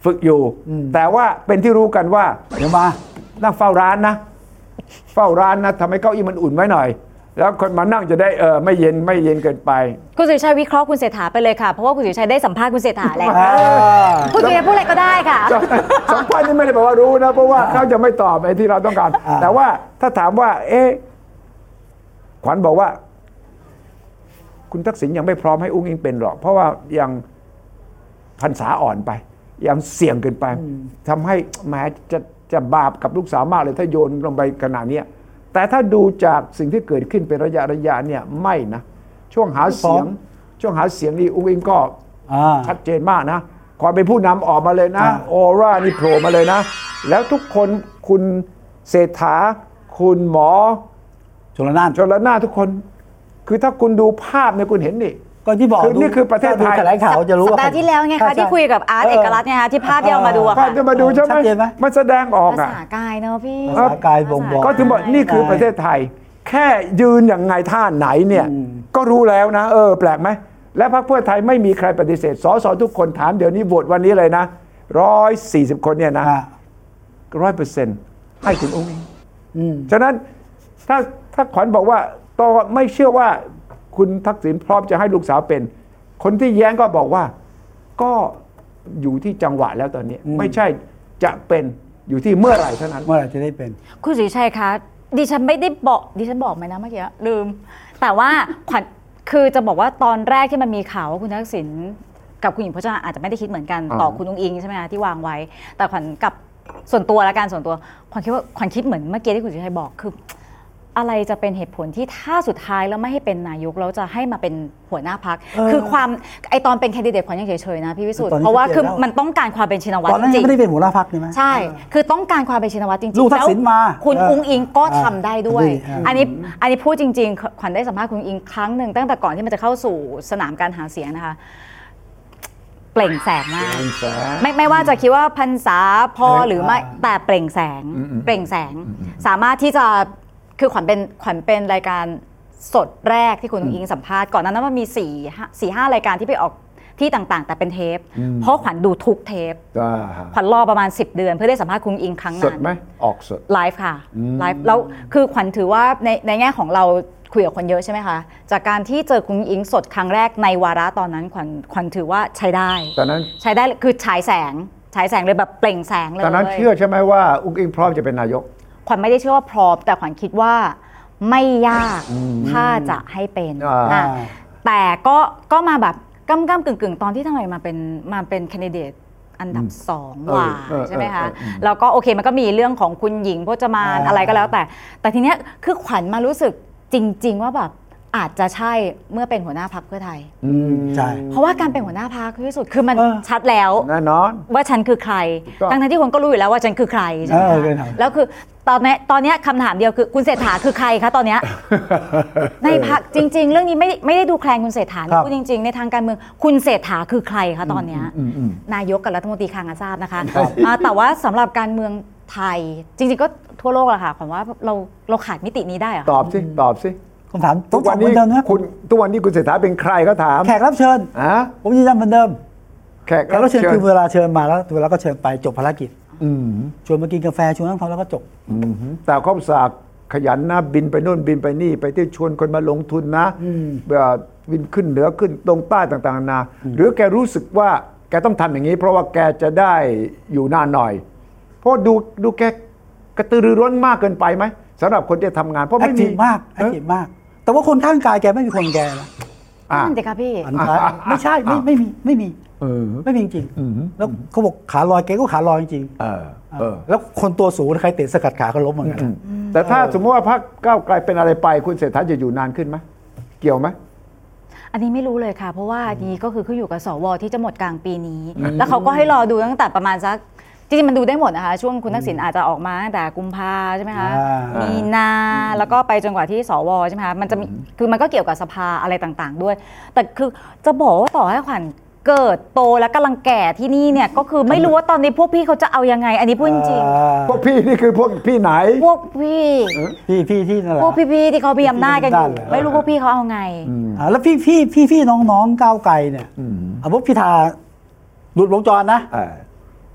ฝึกอยู่ แต่ว่าเป็นที่รู้กันว่าเดี๋ยวมานั่งเฝ้าร้านนะเฝ้าร้านนะทำให้เก้าอี้มันอุ่นไว้หน่อย แล้วคนมานั่งจะได้เออไม่เย็นไม่เย็นเกินไปคุณสุริชัยวิเคราะห์คุณเศรษฐาไปเลยค่ะเพราะว่าคุณสุริชัยได้สัมภาษณ์คุณเศรษฐาแล้วคุณสุริชัยพูดอะไรก็ได้ค่ะสัมภาษณ์นี่ไม่ได้บอกว่ารู้นะเพราะว่าเขาจะไม่ตอบไอ้ที่เราต้องการแต่ว่าถ้าถามว่าเอ๊ะขวัญบอกว่าคุณทักษิณยังไม่พร้อมให้อุ้งอิงเป็นหรอกเพราะว่ายังพรรษาอ่อนไปยังเสี่ยงเกินไปทำให้แหมจะจะบาปกับลูกสาวมากเลยถ้าโยนลงไปขนาดนี้แต่ถ้าดูจากสิ่งที่เกิดขึ้นเป็นระยะระยะเนี่ยไม่นะช่วงหาเสียงช่วงหาเสียงนี่อุ้งอิงก็ชัดเจนมากนะความเป็นผู้นำออกมาเลยนะออร่านี่โผล่มาเลยนะแล้วทุกคนคุณเศรษฐาคุณหมอชลน่านชลน่านทุกคนคือถ้าคุณดูภาพเนี่ยคุณเห็นนี่ก็ที่บอกนี่คือประเทศไทยแถลงข่าวจะรู้ว่าสัปดาห์ที่แล้วไงคะที่คุยกับอาร์ตเอกรัตน์เนี่ยคะที่ภาพที่เอามาดูอะค่ะจะมาดูใช่ไหมมันแสดงออกอะภาษากายเนอะพี่ภาษากายบ่งบอกก็ถึงบอกนี่คือประเทศไทยแค่ยืนอย่างไงท่าไหนเนี่ยก็รู้แล้วนะเออแปลกไหมและพรรคเพื่อไทยไม่มีใครปฏิเสธสสทุกคนถามเดี๋ยวนี้โหวตวันนี้เลยนะร้อยสี่สิบคนเนี่ยนะร้อยเปอร์เซ็นต์ให้คุณอุ้งอิงฉะนั้นถ้าถ้าขวัญบอกว่าต่อไม่เชื่อว่าคุณทักษิณพร้อมจะให้ลูกสาวเป็นคนที่แย้งก็บอกว่าก็อยู่ที่จังหวะแล้วตอนนี้ไม่ใช่จะเป็นอยู่ที่เมื่อไหร่เท่านั้นเมื่อไหร่จะได้เป็นคุณศรีชัยคะดิฉันไม่ได้บอกดิฉันบอกไหมนะเมื่อกี้ลืมแต่ว่าขวัญคือจะบอกว่าตอนแรกที่มันมีข่าวว่าคุณทักษิณกับคุณหญิงพจมานอาจจะไม่ได้คิดเหมือนกันต่อคุณอุ้งอิงใช่ไหมคะที่วางไว้แต่ขวัญกับส่วนตัวและการส่วนตัวขวัญคิดว่าขวัญคิดเหมือนเมื่อกี้ที่คุณศรีชัยบอกคืออะไรจะเป็นเหตุผลที่ถ้าสุดท้ายแล้วไม่ให้เป็นนายกแล้วจะให้มาเป็นหัวหน้าพรรคคือความไอตอนเป็นแคนดิเดตขวัญยังเฉยๆนะพี่วิสุทธิ์เพราะว่าคือมันต้องการความเป็นชินวัตรจริงตอนนั้นไม่ได้เป็นหัวหน้าพรรคใช่ไหมใช่คือต้องการความเป็นชินวัตรจริงๆลูกทักษิณมาคุณอุ้งอิงก็ทำได้ด้วยอันนี้อันนี้พูดจริงๆขวัญได้สัมภาษณ์คุณอุ้งอิงครั้งหนึ่งตั้งแต่ก่อนที่มันจะเข้าสู่สนามการหาเสียงนะคะเปล่งแสงมากไม่ไม่ว่าจะคิดว่าพรรษาพอหรือไม่แต่เปล่งแสงเปล่งแสงสามารถที่จะคือขวัญเป็นขวัญเป็นรายการสดแรกที่คุณอุ้งอิงสัมภาษณ์ก่อนนั้นมันมีสี่สี่ห้ารายการที่ไปออกที่ต่างๆแต่เป็นเทปเพราะขวัญดูทุกเทปขวัญรอประมาณสิบเดือนเพื่อได้สัมภาษณ์คุณอุ้งอิงครั้งนั้นสดไหมออกสดไลฟ์ค่ะไลฟ์แล้วคือขวัญถือว่าในในแง่ของเราคุยกับคนเยอะใช่ไหมคะจากการที่เจอคุณอุ้งอิงสดครั้งแรกในวาระตอนนั้นขวัญขวัญถือว่าใช้ได้ตอนนั้นใช้ได้คือฉายแสงฉายแสงเลยแบบเปล่งแสงเลยตอนนั้นเชื่อใช่ไหมว่าอุ้งอิงพร้อมจะเป็นนายกขวัญไม่ได้เชื่อว่าพร้อมแต่ขวัญคิดว่าไม่ยากถ้าจะให้เป็นนะแต่ก็ก็มาแบบก้ำก้ำกึ่งกึ่งตอนที่ทำไมมาเป็นมาเป็นแคนดิเดตอันดับสองว่าใช่ไหมคะแล้วก็โอเคมันก็มีเรื่องของคุณหญิงพจมานอะไรก็แล้วแต่แต่ทีเนี้ยคือขวัญมารู้สึกจริงๆว่าแบบอาจจะใช่เมื่อเป็นหัวหน้าพรรคเพื่อไทยใช่เพราะว่าการเป็นหัวหน้าพรรคที่สุดคือมันชัดแล้วแน่นอนว่าฉันคือใครทั้งที่คนก็รู้อยู่แล้วว่าฉันคือใครใช่ไหมคะแล้วคือตอนนี้ตอนนี้คำถามเดียวคือคุณเศรษฐาคือใครคะตอนนี้ในพรรคจริงๆเรื่องนี้ไม่ไม่ได้ดูแคลนคุณเศรษฐาพูดจริงๆในทางการเมืองคุณเศรษฐาคือใครคะตอนนี้นายกกับรัฐมนตรีคลังทราบนะคะแต่ว่าสำหรับการเมืองไทยจริงๆก็ทั่วโลกแหละค่ะผมว่าเราเราขาดมิตินี้ได้อะตอบสิตอบสิคำถามทุกวันนี้คุณทุกวันนี้คุณเศรษฐาเป็นใครก็ถามแขกรับเชิญอ่ะผมยืนยันเหมือนเดิมแขกรับเชิญคือเวลาเชิญมาแล้วเวลาก็เชิญไปจบภารกิจชวนมากินกาแฟชวนนั่งฟังแล้วก็จบแต่ข้อสากขยันนะบินไปโน่นบินไปนี่ไปที่ชวนคนมาลงทุนนะบินขึ้นเหนือขึ้นตรงใต้ต่างๆนานาหรือแกรู้สึกว่าแกต้องทำอย่างนี้เพราะว่าแกจะได้อยู่นานหน่อยเพราะดูดูแกกระตือรือร้นมากเกินไปไหมสำหรับคนที่ทำงานเพราะไม่มีมากแอคทีฟมากแต่ว่าคนข้างกายแกไม่มีคนแกนะนั่นสิครับพี่ไม่ใช่ไม่ไม่มีไม่มีไม่มีจริงแล้วเขาบอกขาลอยแกก็ขาลอยจริงแล้วคนตัวสูงใครเตะสกัดขาก็ล้มเหมือนกันแต่ถ้าสมมติว่าพรรคก้าวไกลเป็นอะไรไปคุณเศรษฐาจะอยู่นานขึ้นไหมเกี่ยวไหมอันนี้ไม่รู้เลยค่ะเพราะว่านี้ก็คือเขาอยู่กับสวที่จะหมดกลางปีนี้แล้วเขาก็ให้รอดูตั้งแต่ประมาณสักจริงๆมันดูได้หมดนะคะช่วงคุณทักษิณอาจจะออกมาตั้งแต่กุมภาใช่ไหมคะมีนาแล้วก็ไปจนกว่าที่สวใช่ไหมคะมันจะมีคือมันก็เกี่ยวกับสภาอะไรต่างๆด้วยแต่คือจะบอกว่าต่อให้ขวัญเกิดโตและกำลังแก่ที่นี่เนี่ยก็คือไม่รู้ว่าตอนนี้พวกพี่เขาจะเอายังไงอันนี้พูดจริงพวกพี่นี่คือพวกพี่ไหนพวกพี่พี่พี่ที่นั่นแหละพวกพี่ๆที่เขามีอำนาจกันอยู่ไม่รู้พวกพี่เขาเอาไงแล้วพี่พี่พี่พี่น้องๆก้าวไกลเนี่ยเอาพวกพิธาหลุดวงจรนะ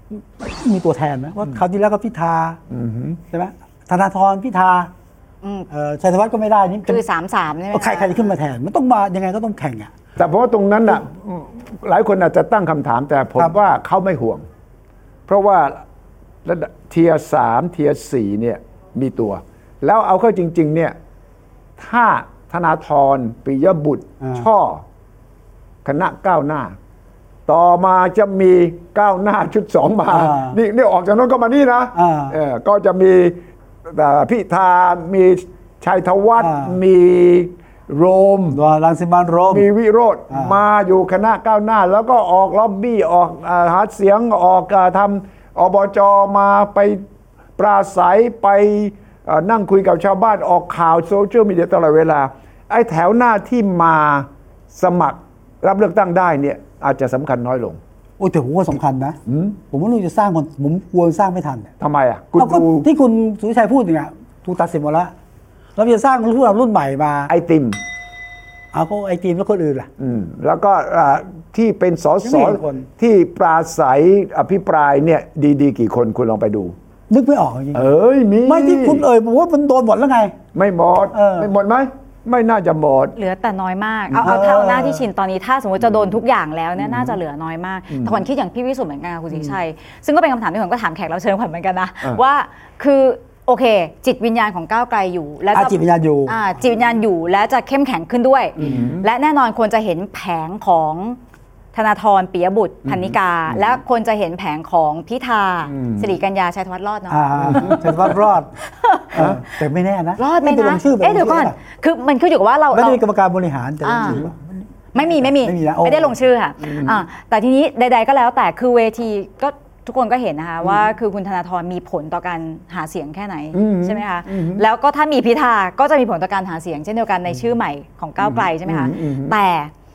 มีตัวแทนนะว่าคราวที่แล้วก็พิธาใช่ไหมธนาธรพิธาชัยธวัฒน์ก็ไม่ได้นี่คือสามสามใช่ไหมใครใครจะขึ้นมาแทนมันต้องมายังไงก็ต้องแข่งอ่ะแต่เพราะว่าตรงนั้นน่ะหลายคนอาจจะตั้งคำถามแต่ผมว่าเขาไม่ห่วงเพราะว่าระดับเทียร์สามเทียร์สี่เนี่ยมีตัวแล้วเอาเข้าจริงๆเนี่ยถ้าธนาธรปิยบุตรช่อคณะก้าวหน้าต่อมาจะมีก้าวหน้าชุดสองมานี่นี่ออกจากนั้นก็มานี่นะเออก็จะมีพิธามีชัยธวัฒน์มีโรมรังสิมันต์โรมมีวิโรจน์มาอยู่คณะก้าวหน้าแล้วก็ออกล็อบบี้ออกหาเสียงออกทำอบจมาไปปราศัยไปนั่งคุยกับชาวบ้านออกข่าวโซเชียลมีเดียตลอดเวลาไอ้แถวหน้าที่มาสมัครรับเลือกตั้งได้เนี่ยอาจจะสำคัญน้อยลงโอ้แต่ผมว่าสำคัญนะผมว่าเราจะสร้างคนผมกลัวสร้างไม่ทันทำไมอ่ะที่คุณสุวิชัยพูดเนี่ยถูกตัดสินหมดแล้วเราจะสร้างรุ่นรุ่นใหม่มาไอติมเอาก็ไอติมแล้วคนอื่นล่ะแล้วก็ที่เป็นสสที่ปราศัยอภิปรายเนี่ยดีๆกี่คนคุณลองไปดูนึกไม่ออกจริงเอ้ยมีไม่ที่คุณเอ่ยผมว่ามันโดนหมดแล้วไงไม่หมดไม่หมดไหมไม่น่าจะหมดเหลือแต่น้อยมากเอาเอาเท่าหน้าที่ชินตอนนี้ถ้าสมมติจะโดนทุกอย่างแล้วเนี่ยน่าจะเหลือน้อยมากแต่ขวัญคิดอย่างพี่วิสุทธิ์เหมือนกันคุณศรีชัยซึ่งก็เป็นคำถามที่ขวัญก็ถามแขกรับเชิญขวัญเหมือนกันนะว่าคือโอเคจิตวิญญาณของก้าวไกลอยู่และจิตวิญญาณอยู่จิตวิญญาณอยู่และจะเข้มแข็งขึ้นด้วยและแน่นอนควรจะเห็นแผงของธนาธรปิยบุตรพรรณิกาและควรจะเห็นแผงของพิธาสิริกัญญาชัยธวัฒน์รอดเนาะชัยธวัฒน์รอดแต่ไม่แน่นะรอดไหมนะเอ๊ะเดี๋ยวก่อนคือมันขึ้นอยู่กับว่าเราไม่ได้มีกรรมการบริหารแต่ไม่มีไม่มีไม่ได้ลงชื่อค่ะแต่ทีนี้ใดๆก็แล้วแต่คือเวทีก็ทุกคนก็เห็นนะคะว่าคือคุณธนาธรมีผลต่อการหาเสียงแค่ไหนใช่ไหมคะแล้วก็ถ้ามีพิธาก็จะมีผลต่อการหาเสียงเช่นเดียวกันในชื่อใหม่ของก้าวไกลใช่ไหมคะแต่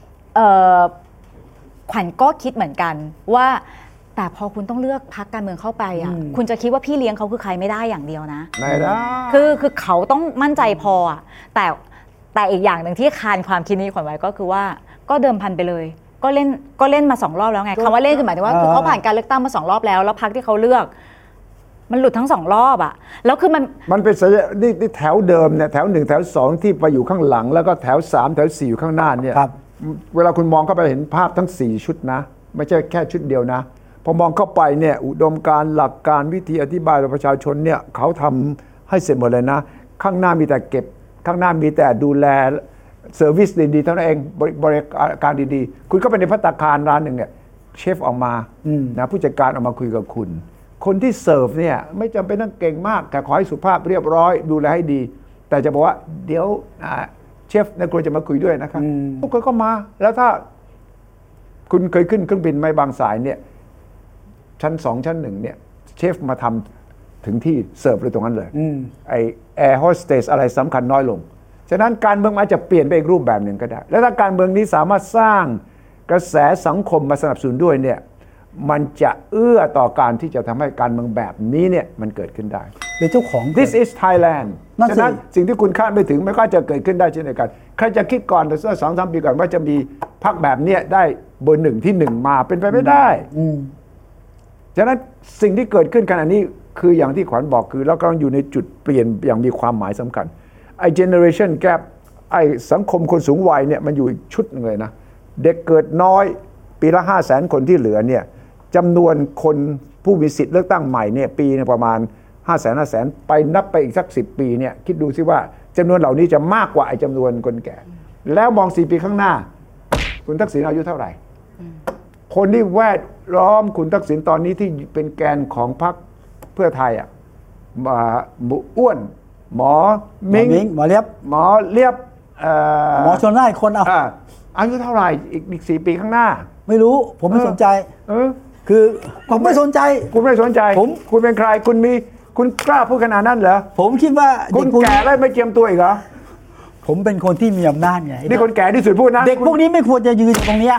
ขวัญก็คิดเหมือนกันว่าแต่พอคุณต้องเลือกพรรคการเมืองเข้าไปอ่ะคุณจะคิดว่าพี่เลี้ยงเขาคือใครไม่ได้อย่างเดียวนะไม่ได้คือคือเขาต้องมั่นใจพออ่ะแต่แต่อีกอย่างหนึ่งที่คานความคิดนี้ขวัญไว้ก็คือว่าก็เดิมพันไปเลยก็เล่นก็เล่นมาสองรอบแล้วไงคำว่าเล่นคือหมายถึงว่าคือเขาผ่านการเลือกตั้งมาสองรอบแล้วแล้วพรรคที่เขาเลือกมันหลุดทั้งสองรอบอ่ะแล้วคือมันมันเป็นนี่นี่แถวเดิมเนี่ยแถวหนึ่งแถวสองที่ไปอยู่ข้างหลังแล้วก็แถวสามแถวสี่อยู่ข้างหน้าเนี่ยเวลาคุณมองเข้าไปเห็นภาพทั้งสี่ชุดนะไม่ใช่แค่ชุดเดียวนะพอมองเข้าไปเนี่ยอุดมการณ์หลักการวิธีอธิบายต่อประชาชนเนี่ยเขาทำให้เสร็จหมดเลยนะข้างหน้ามีแต่เก็บข้างหน้ามีแต่ดูแลเซอร์วิสดีๆเท่านั้นเองบริการดีๆคุณก็ไปในภัตตาคารร้านหนึ่งเนี่ยเชฟออกมานะผู้จัดการออกมาคุยกับคุณคนที่เสิร์ฟเนี่ยไม่จำเป็นต้องเก่งมากแต่ขอให้สุภาพเรียบร้อยดูแลให้ดีแต่จะบอกว่าเดี๋ยวเชฟในครัวจะมาคุยด้วยนะครับพวกเขาก็มาแล้วถ้าคุณเคยขึ้นเครื่องบินไม่บางสายเนี่ยชั้นสองชั้นหนึ่งเนี่ยเชฟมาทำถึงที่เสิร์ฟเลยตรงนั้นเลยไอแอร์โฮสเตสอะไรสำคัญน้อยลงฉะนั้นการเมืองอาจจะเปลี่ยนไปอีกรูปแบบหนึ่งก็ได้แล้วถ้าการเมืองนี้สามารถสร้างกระแสสังคมมาสนับสนุนด้วยเนี่ยมันจะเอื้อต่อการที่จะทำให้การเมืองแบบนี้เนี่ยมันเกิดขึ้นได้เป็นเจ้าของ This is Thailand ฉะนั้นสิ่งที่คุณคาดไม่ถึงมันก็จะเกิดขึ้นได้เช่นเดียวกันใครจะคิดก่อนแต่สองสามปีก่อนว่าจะมีพรรคแบบนี้ได้เบอร์หนึ่งที่หนึ่งมาเป็นไปไม่ได้ฉะนั้นสิ่งที่เกิดขึ้นขณะนี้คืออย่างที่ขวัญบอกคือเรากำลังอยู่ในจุดเปลี่ยนอย่างมีความหมายสำคัญไอ้ generation gap ไอ้สังคมคนสูงวัยเนี่ยมันอยู่อีกชุดนึงเลยนะเด็กเกิดน้อยปีละห้าแสนคนที่เหลือเนี่ยจำนวนคนผู้มีสิทธิ์เลือกตั้งใหม่เนี่ยปีนึงประมาณห้าแสนห้าแสนไปนับไปอีกสักสิบปีเนี่ยคิดดูซิว่าจำนวนเหล่านี้จะมากกว่าไอ้จำนวนคนแก่แล้วมองสี่ปีข้างหน้าคุณทักษิณอายุเท่าไหร่คนที่แวดล้อมคุณทักษิณตอนนี้ที่เป็นแกนของพรรคเพื่อไทยอ่ะหมออ้วนหมอมิงหมอเลียบหมอเลียบหมอชนได้คนเอาอายุเท่าไหร่อีกอีกสี่ปีข้างหน้าไม่รู้ผมไม่สนใจเออคือผมไม่สนใจคุณไม่สนใจผมคุณเป็นใครคุณมีคุณกล้าพูดขนาดนั้นเหรอผมคิดว่าคุณแก่แล้วไม่เจียมตัวอีกเหรอผมเป็นคนที่มีอำนาจไงนี่คนแก่ที่สุดพูดนะเด็กพวกนี้ไม่ควรจะยืนอยู่ตรงนี้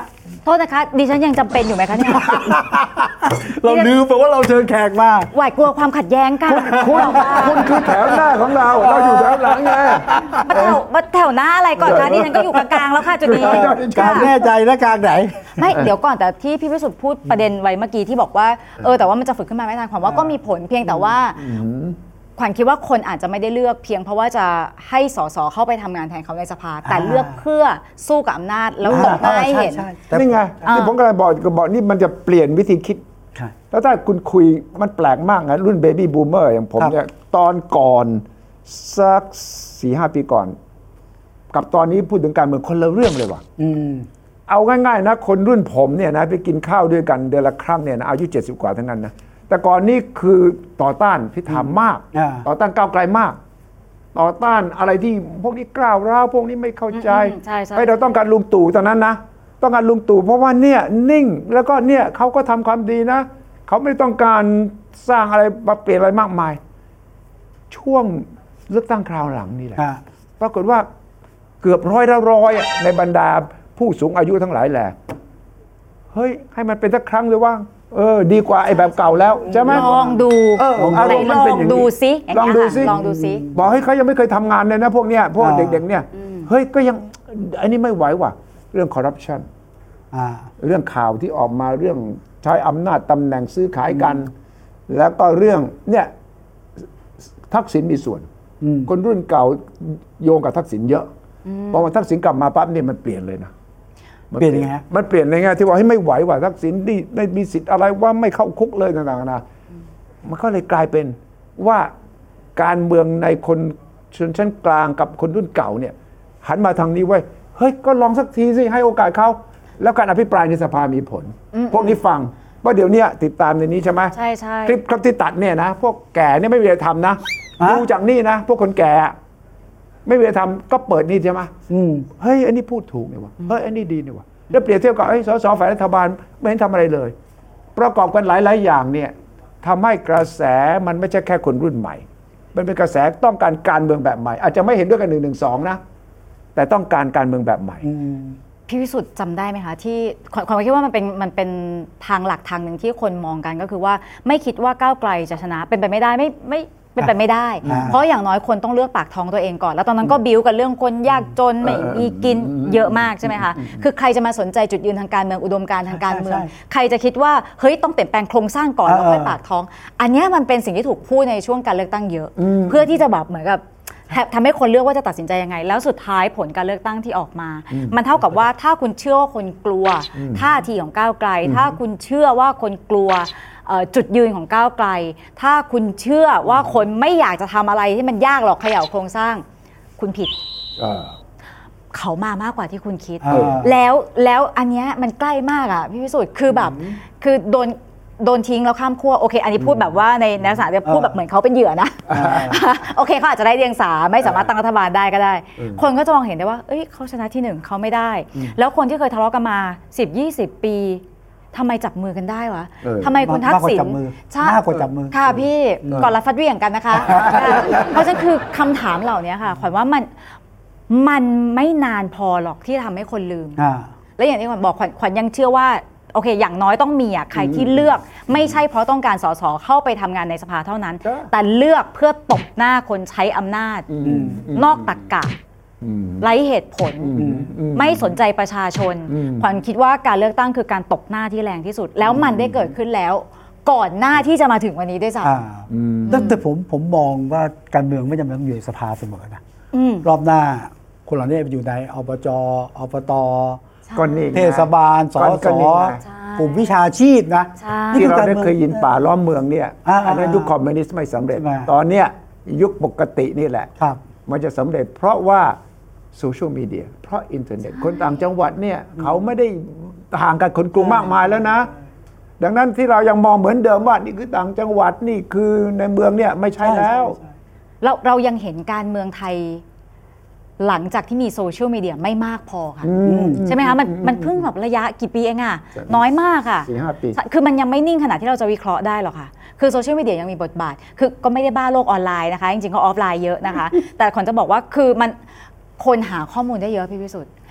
โทษนะคะดิฉันยังจำเป็นอยู่ไหมคะเนี่ยเราลืมไปว่าเราเชิญแขกมาหวาดกลัวความขัดแย้งกันคุณคุณคือแถวหน้าของเราเราอยู่แถวหลังไงมาแถวมาแถวหน้าอะไรก่อนคะดิฉันก็อยู่กลางๆแล้วค่ะจุดนี้กลางแน่ใจและกลางไหนไม่เดี๋ยวก่อนแต่ที่พี่วิสุทธิ์พูดประเด็นไว้เมื่อกี้ที่บอกว่าเออแต่ว่ามันจะฝึกขึ้นมาไม่ทันความว่าก็มีผลเพียงแต่ว่าขวัญคิดว่าคนอาจจะไม่ได้เลือกเพียงเพราะว่าจะให้สสเข้าไปทำงานแทนเขาในสภาแต่เลือกเพื่อสู้กับอำนาจแล้วตบหน้าให้เห็นนี่ไงที่ผมกำลังบอกก็บอกนี่มันจะเปลี่ยนวิธีคิดแล้วถ้าคุณคุยมันแปลกมากนะรุ่นเบบี้บูมเมอร์อย่างผมเนี่ยตอนก่อนสักสี่ห้าปีก่อนกับตอนนี้พูดถึงการเมืองคนละเรื่องเลยว่ะเอาง่ายๆนะคนรุ่นผมเนี่ยนะไปกินข้าวด้วยกันเดือนละครั้งเนี่ยนะอายุเจ็ดสิบกว่าทั้งนั้นนะแต่ก่อนนี้คือต่อต้านพิธามากต่อต้านก้าวไกลมากต่อต้านอะไรที่พวกนี้กล้าวร้าวพวกนี้ไม่เข้าใจให้เราต้องการลุงตู่ตอนนั้นนะต้องการลุงตู่เพราะว่าเนี่ยนิ่งแล้วก็เนี่ยเขาก็ทำความดีนะเขาไม่ต้องการสร้างอะไรมาเปลี่ยนอะไรมากมายช่วงเลือกตั้งคราวหลังนี่แหละปรากฏว่าเกือบร้อยละร้อยในบรรดาผู้สูงอายุทั้งหลายแหละเฮ้ยให้มันเป็นสักครั้งเลยว่าเออดีกว่าไอ้แบบเก่าแล้วใช่ไหมลองดูเอออารมณ์มันเป็นอย่างนี้ลองดูซิลองดูซิลองดูซิบอกให้เขายังไม่เคยทำงานเลยนะพวกเนี้ยพวกเด็กๆเนี่ยเฮ้ยก็ยังอันนี้ไม่ไหวว่ะเรื่องคอร์รัปชันเรื่องข่าวที่ออกมาเรื่องใช้อำนาจตำแหน่งซื้อขายกันแล้วก็เรื่องเนี่ยทักษิณมีส่วนคนรุ่นเก่าโยงกับทักษิณเยอะพอมาทักษิณกลับมาปั๊บเนี่ยมันเปลี่ยนเลยนะเปลี่ยนยังไงมันเปลี่ยนในแง่ที่ว่าให้ไม่ไหวว่าทักษิณดีไม่มีสิทธิ์อะไรว่าไม่เข้าคุกเลยต่างๆนะมันก็เลยกลายเป็นว่าการเมืองในคนชนชั้นกลางกับคนรุ่นเก่าเนี่ยหันมาทางนี้ไว้เฮ้ยก็ลองสักทีสิให้โอกาสเขาแล้วการอภิปรายในสภามีผลพวกนี้ฟังว่าเดี๋ยวนี้ติดตามในนี้ใช่ไหมใช่ใช่คลิปคลิปที่ตัดเนี่ยนะพวกแก่เนี่ยไม่มีอะไรทำนะดูจากนี่นะพวกคนแก่ไม่มีอะไรทำก็เปิดนี่ใช่ไหมเฮ้ยอันนี้พูดถูกเนี่ยวะเฮ้ยอันนี้ดีเนี่ยวะแล้วเปรียบเทียบกับไอ้สสฝ่ายรัฐบาลไม่เห็นทำอะไรเลยประกอบกันหลายๆอย่างเนี่ยทำให้กระแสมันไม่ใช่แค่คนรุ่นใหม่มันเป็นกระแสต้องการการเมืองแบบใหม่อาจจะไม่เห็นด้วยกันหนึ่งหนึ่งสองนะแต่ต้องการการเมืองแบบใหม่พี่วิสุทธิ์จำได้ไหมคะที่ความคิดว่ามันเป็นมันเป็นทางหลักทางหนึ่งที่คนมองกันก็คือว่าไม่คิดว่าก้าวไกลจะชนะเป็นไปไม่ได้ไม่ไม่เป็นไปไม่ได้เพราะอย่างน้อยคนต้องเลือกปากท้องตัวเองก่อนแล้วตอนนั้นก็บิ้วกันเรื่องคนยากจนไม่มีกินเยอะมากใช่ไหมคะคือใครจะมาสนใจจุดยืนทางการเมืองอุดมการณ์ทางการเมืองใครจะคิดว่าเฮ้ยต้องเปลี่ยนแปลงโครงสร้างก่อนแล้วค่อยปากท้องอันนี้มันเป็นสิ่งที่ถูกพูดในช่วงการเลือกตั้งเยอะเพื่อที่จะแบบเหมือนกับทำให้คนเลือกว่าจะตัดสินใจยังไงแล้วสุดท้ายผลการเลือกตั้งที่ออกมามันเท่ากับว่าถ้าคุณเชื่อว่าคนกลัวท่าทีของก้าวไกลถ้าคุณเชื่อว่าคนกลัวจุดยืนของก้าวไกลถ้าคุณเชื่อว่าคนไม่อยากจะทำอะไรที่มันยากหรอกเขย่าโครงสร้างคุณผิดเขามามากกว่าที่คุณคิดแล้วแล้วอันเนี้ยมันใกล้มากอ่ะพี่พิสุทธิ์คือแบบคือโดนโดนทิ้งแล้วข้ามขั้วโอเคอันนี้พูดแบบว่าในลักษณะจะพูดแบบเหมือนเขาเป็นเหยื่อนะโอเคเขาอาจจะได้เดียงสาไม่สามารถตั้งรัฐบาลได้ก็ได้คนก็จะมองเห็นได้ว่าเอ้ยเขาชนะที่หนึ่งเขาไม่ได้แล้วคนที่เคยทะเลาะกันมา สิบ ยี่สิบ ปีทำไมจับมือกันได้วะทำไมคุณทักษิณมากกว่าจับมือค่ะพี่ก่อนรัดฟัดเวี่ยงกันนะคะเพราะฉะนั้นคือคำถามเหล่านี้ค่ะขวัญว่ามันมันไม่นานพอหรอกที่ทำให้คนลืมและอย่างที่ขวัญบอกขวัญขวัญยังเชื่อว่าโอเคอย่างน้อยต้องมีอ่ะใครที่เลือกไม่ใช่เพราะต้องการสสเข้าไปทำงานในสภาเท่านั้นแต่เลือกเพื่อตบหน้าคนใช้อำนาจนอกตรรกะไร้เหตุผลไม่สนใจประชาชนขวัญคิดว่าการเลือกตั้งคือการตบหน้าที่แรงที่สุดแล้วมันได้เกิดขึ้นแล้วก่อนหน้าที่จะมาถึงวันนี้ด้วยซ้ำแต่ผมผมมองว่าการเมืองไม่จำเป็นต้องอยู่ในสภาเสมอนะรอบหน้าคนเหล่านี้ไปอยู่ในอบจอบตเทศบาลสสกลุ่มวิชาชีพนะที่เราได้เคยยินป่าล้อมเมืองเนี่ยอันนั้นยุคคอมมิวนิสต์ไม่สำเร็จตอนเนี้ยยุคปกตินี่แหละมันจะสำเร็จเพราะว่าโซเชียลมีเดียเพราะอินเทอร์เน็ตคนต่างจังหวัดเนี่ยเขาไม่ได้ห่างกันคนกรุงมากมายแล้วนะดังนั้นที่เรายังมองเหมือนเดิมว่านี่คือต่างจังหวัดนี่คือในเมืองเนี่ยไม่ใช่แล้วเราเรายังเห็นการเมืองไทยหลังจากที่มีโซเชียลมีเดียไม่มากพอค่ะใช่ไหมคะมันมันเพิ่งแบบระยะกี่ปีเองอะน้อยมากค่ะสี่ห้า ปีคือมันยังไม่นิ่งขนาดที่เราจะวิเคราะห์ได้หรอกค่ะคือโซเชียลมีเดียยังมีบทบาทคือก็ไม่ได้บ้าโลกออนไลน์นะคะจริงๆก็ออฟไลน์เยอะนะคะแต่ขวัญจะบอกว่าคือมันคนหาข้อมูลได้เยอะพี่พิสุทธิ์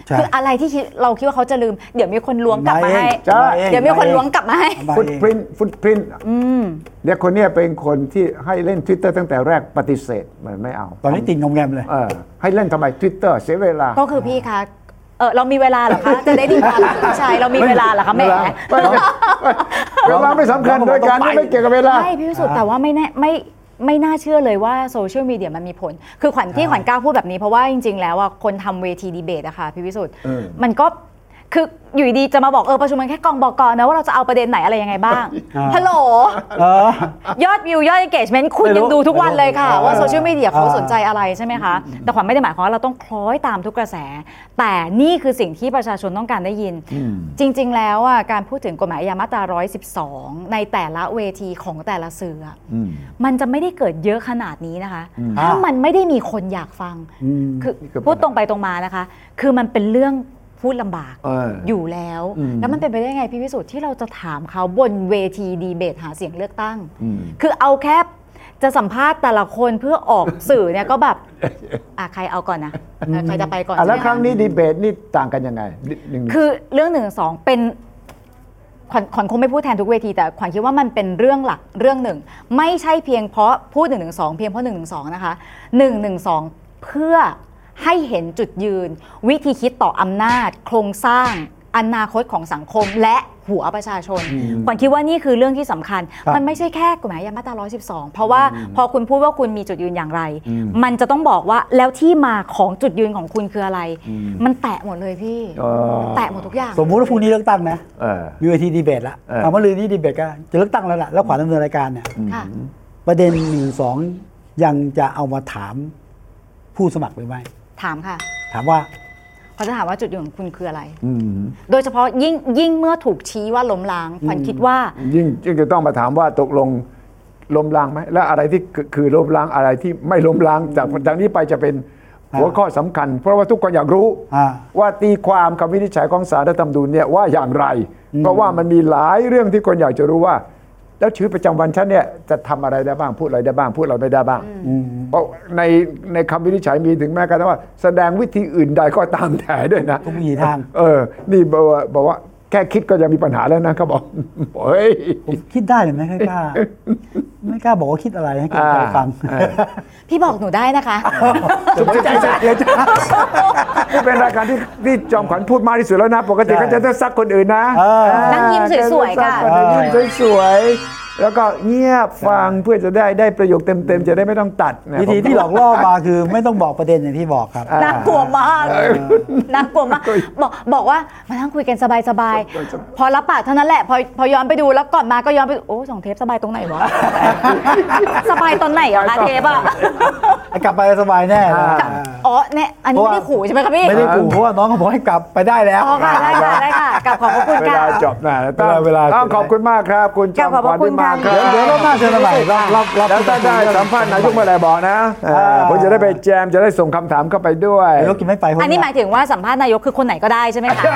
คืออะไรที่คิดเราคิดว่าเขาจะลืมเดี๋ยวมีคนล้วงกลับมาให้ใช่เดี๋ยวมีคนล้วงกลับมาให้ฟุตพริ้นฟุตพริ้นเนี่ยคนเนี้ยเป็นคนที่ให้เล่น Twitter ตั้งแต่แรกปฏิเสธมันไม่เอาตอนนี้ติดงอมแงมเลยเออให้เล่นทำไม Twitter เสียเวลาก็คือพี่คะเออเรามีเวลาเหรอคะจะได้ดีกว่าผู้ชายเรามีเวลาเหรอคะแหมเวลาไม่สำคัญโดยการที่ไม่เกี่ยวกับเวลาใช่พี่วิสุทธ์แต่ว่าไม่แน่ไม่ไม่น่าเชื่อเลยว่าโซเชียลมีเดียมันมีผลคือขวัญที่ขวัญกล้าพูดแบบนี้เพราะว่าจริงๆแล้วอ่ะคนทำเวทีดีเบตอะค่ะพี่วิสุทธ์มันก็คืออยู่ดีจะมาบอกเออประชุมกันแค่กองบก.นะว่าเราจะเอาประเด็นไหนอะไรยังไงบ้างฮัลโหลยอดวิวยอด engagement คุณยังดูทุกวันเลยค่ะว่าโซเชียลมีเดียเขาสนใจอะไรใช่ไหมคะแต่ขวัญไม่ได้หมายความว่าเราต้องคล้อยตามทุกกระแสแต่นี่คือสิ่งที่ประชาชนต้องการได้ยินจริงๆแล้วอ่ะการพูดถึงกฎหมายอาญามาตราหนึ่งร้อยสิบสองในแต่ละเวทีของแต่ละสื่อมันจะไม่ได้เกิดเยอะขนาดนี้นะคะถ้ามันไม่ได้มีคนอยากฟังคือพูดตรงไปตรงมานะคะคือมันเป็นเรื่องพูดลำบากอ, ออยู่แล้วแล้วมันเป็นไปได้ไงพี่วิสุทธิ์ที่เราจะถามเขาบนเวทีดีเบตหาเสียงเลือกตั้งคือเอาแค่จะสัมภาษณ์แต่ละคนเพื่อออกสื่อเนี่ยก็แบบอ่ะใครเอาก่อนนะใครจะไปก่อนแล้วครั้งนี้ดีเบตนี่ต่างกันยังไงคือเรื่องหนึ่งสองเป็นขวัญขวัญคงไม่พูดแทนทุกเวทีแต่ขวัญคิดว่ามันเป็นเรื่องหลักเรื่องหนึ่งไม่ใช่เพียงเพราะพูดหนึ่งหนึ่งสองเพียงเพราะหนึ่งหนึ่งสองนะคะหนึ่งหนึ่งสองเพื่อให้เห็นจุดยืนวิธีคิดต่ออำนาจโครงสร้างอนาคตของสังคมและหัวประชาชนขวัญคิดว่านี่คือเรื่องที่สำคัญมันไม่ใช่แค่กฎหมายอาญามาตราหนึ่งร้อยสิบสองเพราะว่าพอคุณพูดว่าคุณมีจุดยืนอย่างไรมันจะต้องบอกว่าแล้วที่มาของจุดยืนของคุณคืออะไรมันแตะหมดเลยพี่แตะหมดทุกอย่างสมมุติว่าพรุ่งนี้เลือกตั้งนะมีเวทีดีเบตแล้วเอาเมื่อลืนนี้ดีเบตก็จะเลือกตั้งแล้วล่ะแล้วขวัญดำเนินรายการเนี่ยประเด็นหนึ่งสองยังจะเอามาถามผู้สมัครหรือไม่ถามค่ะถามว่าเขาจะถามว่าจุดยืนของคุณคืออะไรโดยเฉพาะยิ่งยิ่งเมื่อถูกชี้ว่าล้มล้างขวัญคิดว่ายิ่งยิ่งจะต้องมาถามว่าตกลงล้มล้างไหมและอะไรที่คือล้มล้างอะไรที่ไม่ล้มล้างจากจากนี้ไปจะเป็นหัวข้อสำคัญเพราะว่าทุกคนอยากรู้ว่าตีความคำวินิจฉัยของศาลรัฐธรรมนูญเนี่ยว่าอย่างไรเพราะว่ามันมีหลายเรื่องที่คนอยากจะรู้ว่าแล้วชีวิตประจำวันฉันเนี่ยจะทำอะไรได้บ้างพูดอะไรได้บ้างพูดอะไรไม่ได้บ้างเพราะในในคำวินิจฉัยมีถึงแม้กระทั่งว่าแสดงวิธีอื่นใดก็ตามแต่ด้วยนะทุกวิธีทางเออนี่บอกว่าบอกว่าแค่คิดก็จะมีปัญหาแล้วนะเขาบอกเฮ้ยผมคิดได้เลยไม่กล้าไม่กล้าบอกว่าคิดอะไรให้ใครฟังพี่บอกหนูได้นะคะสบายใจเลยจ้านี่เป็นรายการที่ที่จอมขวัญพูดมากที่สุดแล้วนะปกติก็จะต้องซักคนอื่นนะนั่งยิ้มสวยๆค่ะยิ้มสวยๆแล้วก็เงียบฟังเพื่อจะได้ได้ประโยคเต็มๆจะได้ไม่ต้องตัดวิธีที่หลอกล่อมาคือไม่ต้องบอกประเด็นอย่างที่บอกครับน่ากลัวมากน่ากลัวมากบอกบอกว่ามานั่งคุยกันสบายๆพอรับปากเท่านั้นแหละพอพอย้อนไปดูแล้วก่อนมาก็ย้อนไปโอ้สองเทปสบายตรงไหนวะสบายตอนไหนอ่ะเทปอ่ะกลับไปสบายแน่อ๋อเนี่ยอันนี้ไม่ได้ขู่ใช่ไหมครับพี่ไม่ได้ขู่เพราะว่าน้องเขาบอกให้กลับไปได้แล้วอ๋อได้ค่ะได้ค่ะกลับขอบคุณค่ะเวลาจบนะเวลาต้องขอบคุณมากครับคุณจอมขวัญมากครับเดี๋ยวรอบหน้าเชิญมาใหม่รับรับแล้วถ้าได้สัมภาษณ์นายกเมื่อไหร่บอกนะผมจะได้ไปแจมจะได้ส่งคำถามเข้าไปด้วยนายกกินไม่ไปอันนี้หมายถึงว่าสัมภาษณ์นายกคือคนไหนก็ได้ใช่ไหมคะ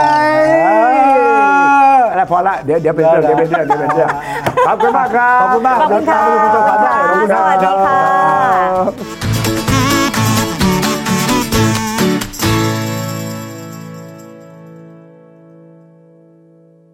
แล้วพอละเดี๋ยวเดี๋ยวเป็นเรื่องเดี๋ยวเป็นเรื่องเดี๋ยวเป็นเรื่องขอบคุณมากครับขอบคุณมากขอบคุณค่ะขอบคุณครับสวัสดีค่ะ